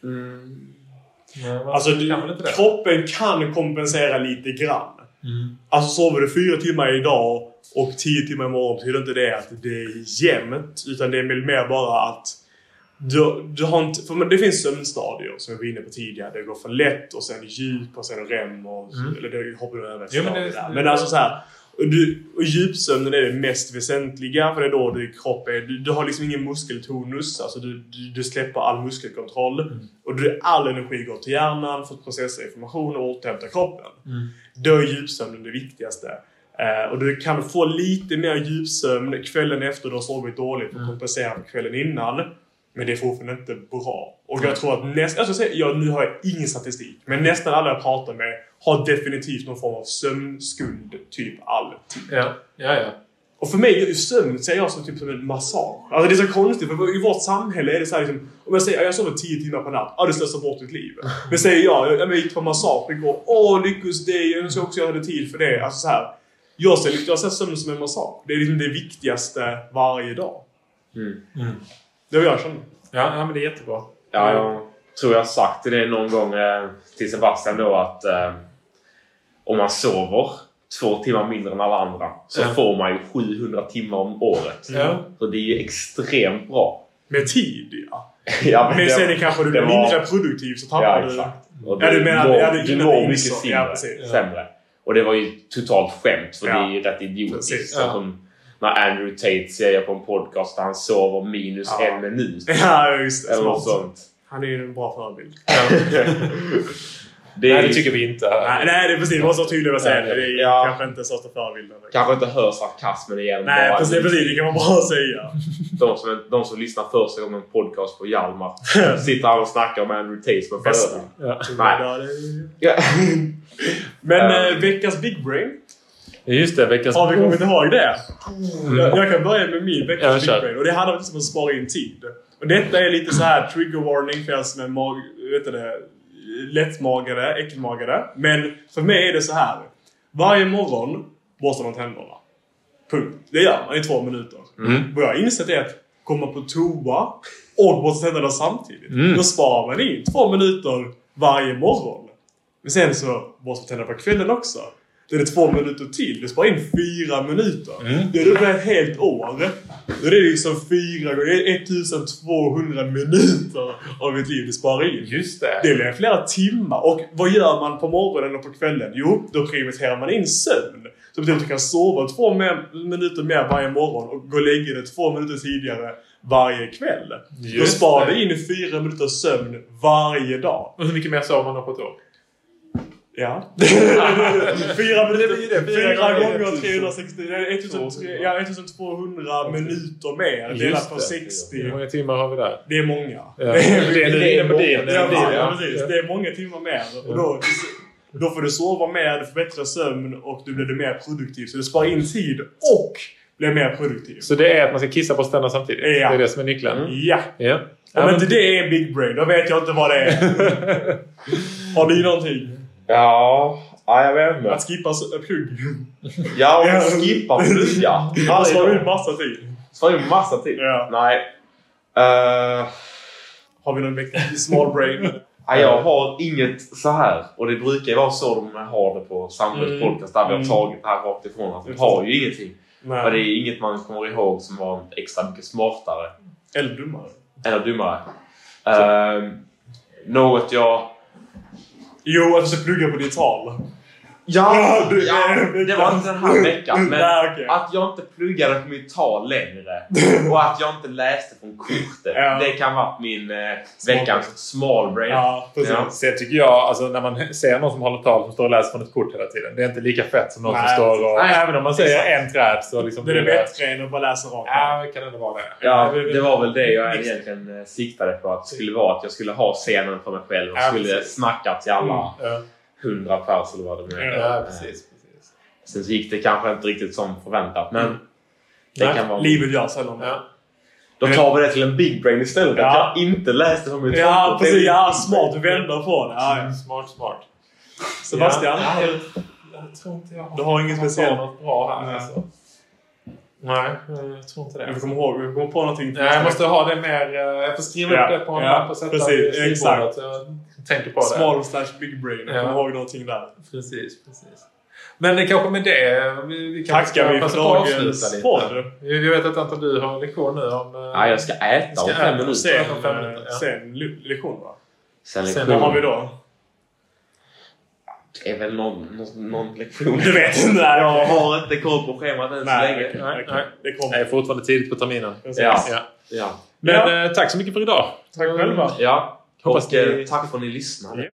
Mm. Nej, alltså du, kan inte kroppen kan kompensera lite grann. Mm. Alltså sover du fyra timmar idag och tio timmar imorgon, betyder inte det att det är jämnt, utan det är mer bara att du, du har inte, för det finns sömnstadier som jag var inne på tidigare. Det går för lätt och sen djup och sen rem och Mm. eller det hoppar du över. Jo, men, det, där. Men alltså så här, och, du, och djupsömnen är det mest väsentliga, för det är då du, kroppen är, du, du har liksom ingen muskeltonus, alltså du, du, du släpper all muskelkontroll mm. och du, all energi går till hjärnan för att processa information och återhämta kroppen. Mm. Då är djupsömnen det viktigaste. Uh, och du kan få lite mer djupsömn kvällen efter du har sovit dåligt och kompensera för kvällen innan. Men det är fortfarande inte bra. Och jag tror att nästan, alltså, ja, nu har jag ingen statistik, men nästan alla jag pratar med har definitivt någon form av sömnskuld typ alltid. Ja, ja, ja. Och för mig är ju sömn, säger jag som typ som en massage. Alltså det är så konstigt, för i vårt samhälle är det så här liksom, om jag säger, jag sover tio timmar på natt, ja det slösar bort ditt liv. Men säger jag, jag gick på massage igår, åh lyckas dig, jag ska också göra tid för det. Alltså så här, jag ser, jag ser sömn som en massage. Det är liksom det viktigaste varje dag. Mm. Mm. Det vill jag känna. Ja, ja, men det är jättebra. Ja, jag tror jag har sagt det någon gång eh, till Sebastian då att eh, om man sover två timmar mindre än alla andra så ja. får man ju sjuhundra timmar om året. Ja. Så det är ju extremt bra. Med tid, ja. Ja, men, men det, sen är det kanske du blir var... mindre produktiv så tappar ja, du... Exakt. Och ja, du menar, mår, ja, det, du mår mycket så, sämre. ja, sämre. Och det var ju totalt skämt, för ja. det är ju rätt idiotiskt. Ja. Som när Andrew Tate säger på en podcast där han sover minus ja. en minut. Ja, just det. Eller något sånt. Han är ju en bra förebild. Ja. det nej, det tycker vi inte. Nej, nej det är precis. Det var så tydligt att säga det. Det är ja. kanske inte största förebilden. Kanske inte hör sarkasmen igen. Nej, bara precis, precis. Det kan man bara säga. De som, de som lyssnar första gången på en podcast på Hjalmar sitter här och snackar om Andrew Tate som en förebild. Ja. Nej. Ja. Men äh, veckans Big Brain. Just det, veckans... Har vi kommit ihåg det? Mm. Jag, jag kan börja med min veckans ja, Big Brain. Och det handlar inte om att spara in tid. Och detta är lite så här trigger warning för oss med mag... Vet du det? Lättmagade, äckelmagade. Men för mig är det så här. Varje morgon borstar man tänderna. Punkt. Det gör man i två minuter. Mm. Vad jag insett är att komma på toa och borsta tänderna samtidigt. Mm. Då sparar man in två minuter varje morgon. Men sen så borstar tänderna på kvällen också. Det är det två minuter till. Du sparar in fyra minuter. Mm. Det är det ett helt år. Då är det liksom fyra gånger ettusentvåhundra minuter av ett liv du sparar in. Just det. Det är flera timmar. Och vad gör man på morgonen och på kvällen? Jo, då prioriterar man in sömn. Så betyder att du kan sova två mer, minuter mer varje morgon och gå och lägga dig två minuter tidigare varje kväll. Just då sparar du in fyra minuter sömn varje dag. Och hur mycket mer sover man då på ett år? Ja. fyra minuter, fyra gånger trehundrasextio, ja, ettusentvåhundra minuter mer. Delat på sextio. Hur många timmar har vi där? Det är många. Ja. Det, är, det, är, det, är, det, är, det, är, ja, ja, precis. Det är många timmar mer. Och då, då får du sova mer, du får bättre sömn och du blir mer produktiv. Så du sparar in tid och blir mer produktiv. Så det är att man ska kissa på ständerna samtidigt? Ja. Det är det som är nyckeln? Mm. Ja. ja. Om ja, inte det är en big brain, då vet jag inte vad det är. Har du någonting? Ja, ja, jag vet inte. Att skippa plugg. Ja, att skippa plugg, ja. Det svarar ju en massa tid. Svarar ju en massa tid? Ja. Nej. Uh... Har vi någon vecka? Small brain? Ja, jag har inget så här. Och det brukar ju vara så de har det på Samhälls mm. podcast där vi har tagit det här rakt ifrån. Att de har ju ingenting. Nej. För det är inget man kommer ihåg som var extra mycket smartare. Eller dummare. Eller dummare. Uh, något jag... Jo, att du ska plugga på ditt tal. Ja, du, ja, det var inte den här veckan. Men Nej, okay. Att jag inte pluggade på mitt tal längre. Och att jag inte läste från kortet. Ja. Det kan vara min eh, veckans small brain. Ja, precis. Ja. Sen tycker jag, alltså, när man ser någon som håller tal som står och läser från ett kort hela tiden. Det är inte lika fett som någon Nej, som står och... Nej, även om man säger en träd så liksom... Det är det bättre än att bara läsa rakt. Ja, det kan ändå vara det. Ja, det var väl det jag egentligen siktade på. Att det skulle vara att jag skulle ha scenen för mig själv. Och ja, skulle precis. snacka till alla... Mm. Ja. Hundra pers eller vad det nu är. Ja, precis, precis. Sen så gick det kanske inte riktigt som förväntat. Men mm. det Nej, kan vara... livet gör sällan. Ja. Då tar vi det till en big brain istället. Ja. Att jag inte läste om mitt Ja, konto. Precis. Ja, smart. Du vänder på det. Ja, ja. Smart, smart. Sebastian? Ja, jag, jag tror inte jag har... Du har inget speciellt? Något bra här. Alltså. Nej, jag tror inte det. Men vi kommer ihåg, vi kommer på någonting. Nej, jag måste ha det mer... Jag får skriva ja, upp det på en ja, lapp och sätta precis, det i skrivbordet. Jag tänker på det. Small slash big brain. Jag kommer ja. ihåg någonting där. Precis, precis. Men det kanske med det... Vi, vi kan tackar vi för dagens podd. Vi vet att inte du har en lektion nu om... Ja, jag ska äta om fem minuter. Sen, om fem minuter ja. sen lektion, va? Sen lektion. Sen, vad har vi då? Det är väl någon, någon, någon lektion. Du vet inte. Jag har inte koll på schemat än så länge. Nej, nej. Det kommer. Det är fortfarande tidigt på terminen. Ja. Ja. Ja. Men ja. Eh, tack så mycket för idag. Tack själva. Ja. Hoppas och ni... tack för att ni lyssnade.